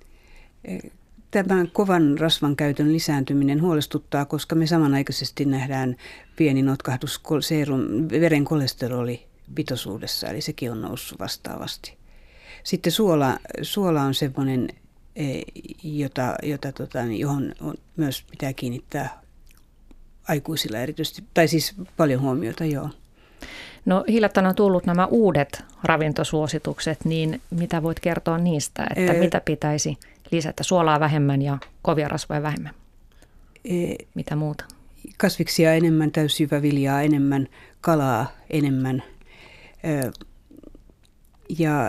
Speaker 3: Tämän kovan rasvan käytön lisääntyminen huolestuttaa, koska me samanaikaisesti nähdään pieni notkahdus seerum, veren kolesterolipitoisuudessa, eli sekin on noussut vastaavasti. Sitten suola, suola on semmoinen, jota, jota, tota, johon on, myös pitää kiinnittää aikuisilla erityisesti, tai siis paljon huomiota, joo.
Speaker 2: No hiljattain on tullut nämä uudet ravintosuositukset, niin mitä voit kertoa niistä, että ee, mitä pitäisi lisätä? Suolaa vähemmän ja kovia rasvoja vähemmän. Ee, mitä muuta?
Speaker 3: Kasviksia enemmän, täysjyväviljaa enemmän, kalaa enemmän ee, ja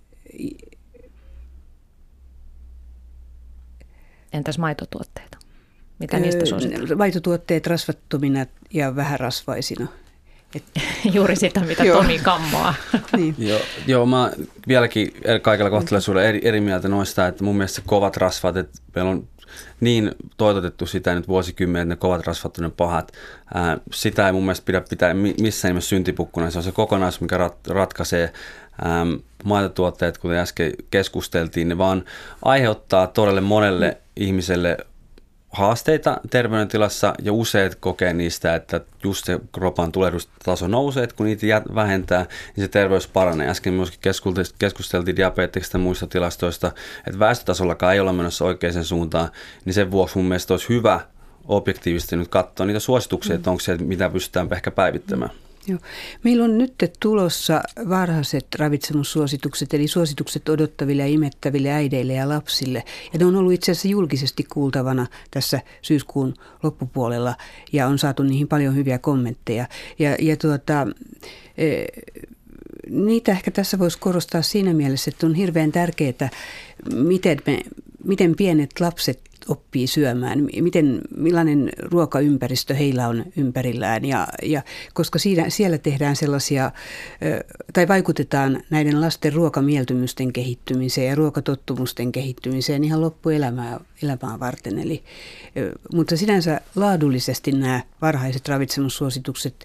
Speaker 2: entäs maitotuotteita? Mitä niistä suositellaan?
Speaker 3: Maitotuotteet rasvattomina ja vähärasvaisina. Et.
Speaker 2: Juuri sitä, mitä Tomi kammoaa.
Speaker 3: Niin.
Speaker 4: Joo, joo, mä vieläkin kaikella kohtalaisuudella eri, eri mieltä noista, että mun mielestä kovat rasvat, että meillä on niin toitotettu sitä nyt vuosikymmenet, ne kovat rasvat, ne pahat. Ää, sitä ei mun mielestä pidä pitää missään nimessä syntipukkuna. Se on se kokonaisuus, mikä rat, ratkaisee. Ää, maitotuotteet, kuten äsken keskusteltiin, ne vaan aiheuttaa todella monelle ihmiselle haasteita terveydentilassa, ja useat kokee niistä, että just se kropan tulehdustaso nousee, että kun niitä vähentää, niin se terveys paranee. Äsken myöskin keskusteltiin diabeteksista ja muista tilastoista, että väestötasollakaan ei olla menossa oikeaan suuntaan, niin sen vuoksi mun mielestä olisi hyvä objektiivisesti nyt katsoa niitä suosituksia, että onko se, mitä pystytään ehkä päivittämään.
Speaker 3: Joo. Meillä on nyt tulossa varhaiset ravitsemussuositukset, eli suositukset odottaville ja imettäville äideille ja lapsille. Ja ne on ollut itse asiassa julkisesti kuultavana tässä syyskuun loppupuolella, ja on saatu niihin paljon hyviä kommentteja. Ja, ja tuota, e, niitä ehkä tässä voisi korostaa siinä mielessä, että on hirveän tärkeää, miten, me, miten pienet lapset oppii syömään, miten, millainen ruokaympäristö heillä on ympärillään, ja, ja koska siinä, siellä tehdään sellaisia, tai vaikutetaan näiden lasten ruokamieltymysten kehittymiseen ja ruokatottumusten kehittymiseen ihan loppuelämää elämää varten. Eli, mutta sinänsä laadullisesti nämä varhaiset ravitsemussuositukset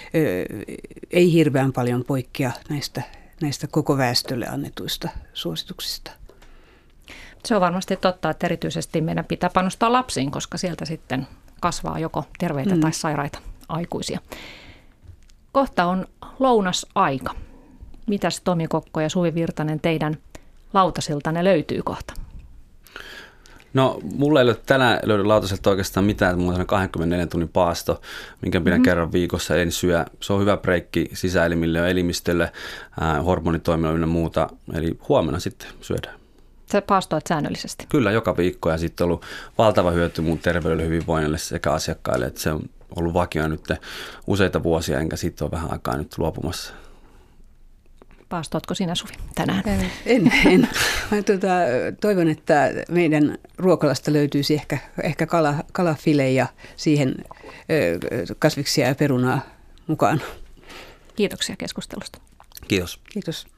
Speaker 3: ei hirveän paljon poikkea näistä, näistä koko väestölle annetuista suosituksista.
Speaker 2: Se on varmasti totta, että erityisesti meidän pitää panostaa lapsiin, koska sieltä sitten kasvaa joko terveitä mm. tai sairaita aikuisia. Kohta on lounasaika. Mitäs Tomi Kokko ja Suvi Virtanen teidän lautasiltanne löytyy kohta?
Speaker 4: No, mulla ei ole tänään löydy lautaselta oikeastaan mitään, että mulla on kaksikymmentäneljä tunnin paasto, minkä pidän mm-hmm. kerran viikossa, en syö. Se on hyvä breikki sisäelimille ja elimistölle, äh, hormonitoimijoille ja muuta, eli huomenna sitten syödään.
Speaker 2: Sä paastoit säännöllisesti?
Speaker 4: Kyllä, joka viikko, ja sitten on ollut valtava hyöty mun terveydelle, hyvinvoinnille sekä asiakkaille, että se on ollut vakio nyt useita vuosia, enkä siitä ole vähän aikaa nyt luopumassa.
Speaker 2: Paastoitko sinä, Suvi, tänään?
Speaker 3: En, en. Mä tuota, toivon, että meidän ruokalasta löytyisi ehkä, ehkä kala, kalafile ja siihen kasviksia ja perunaa mukaan.
Speaker 2: Kiitoksia keskustelusta.
Speaker 4: Kiitos.
Speaker 3: Kiitos.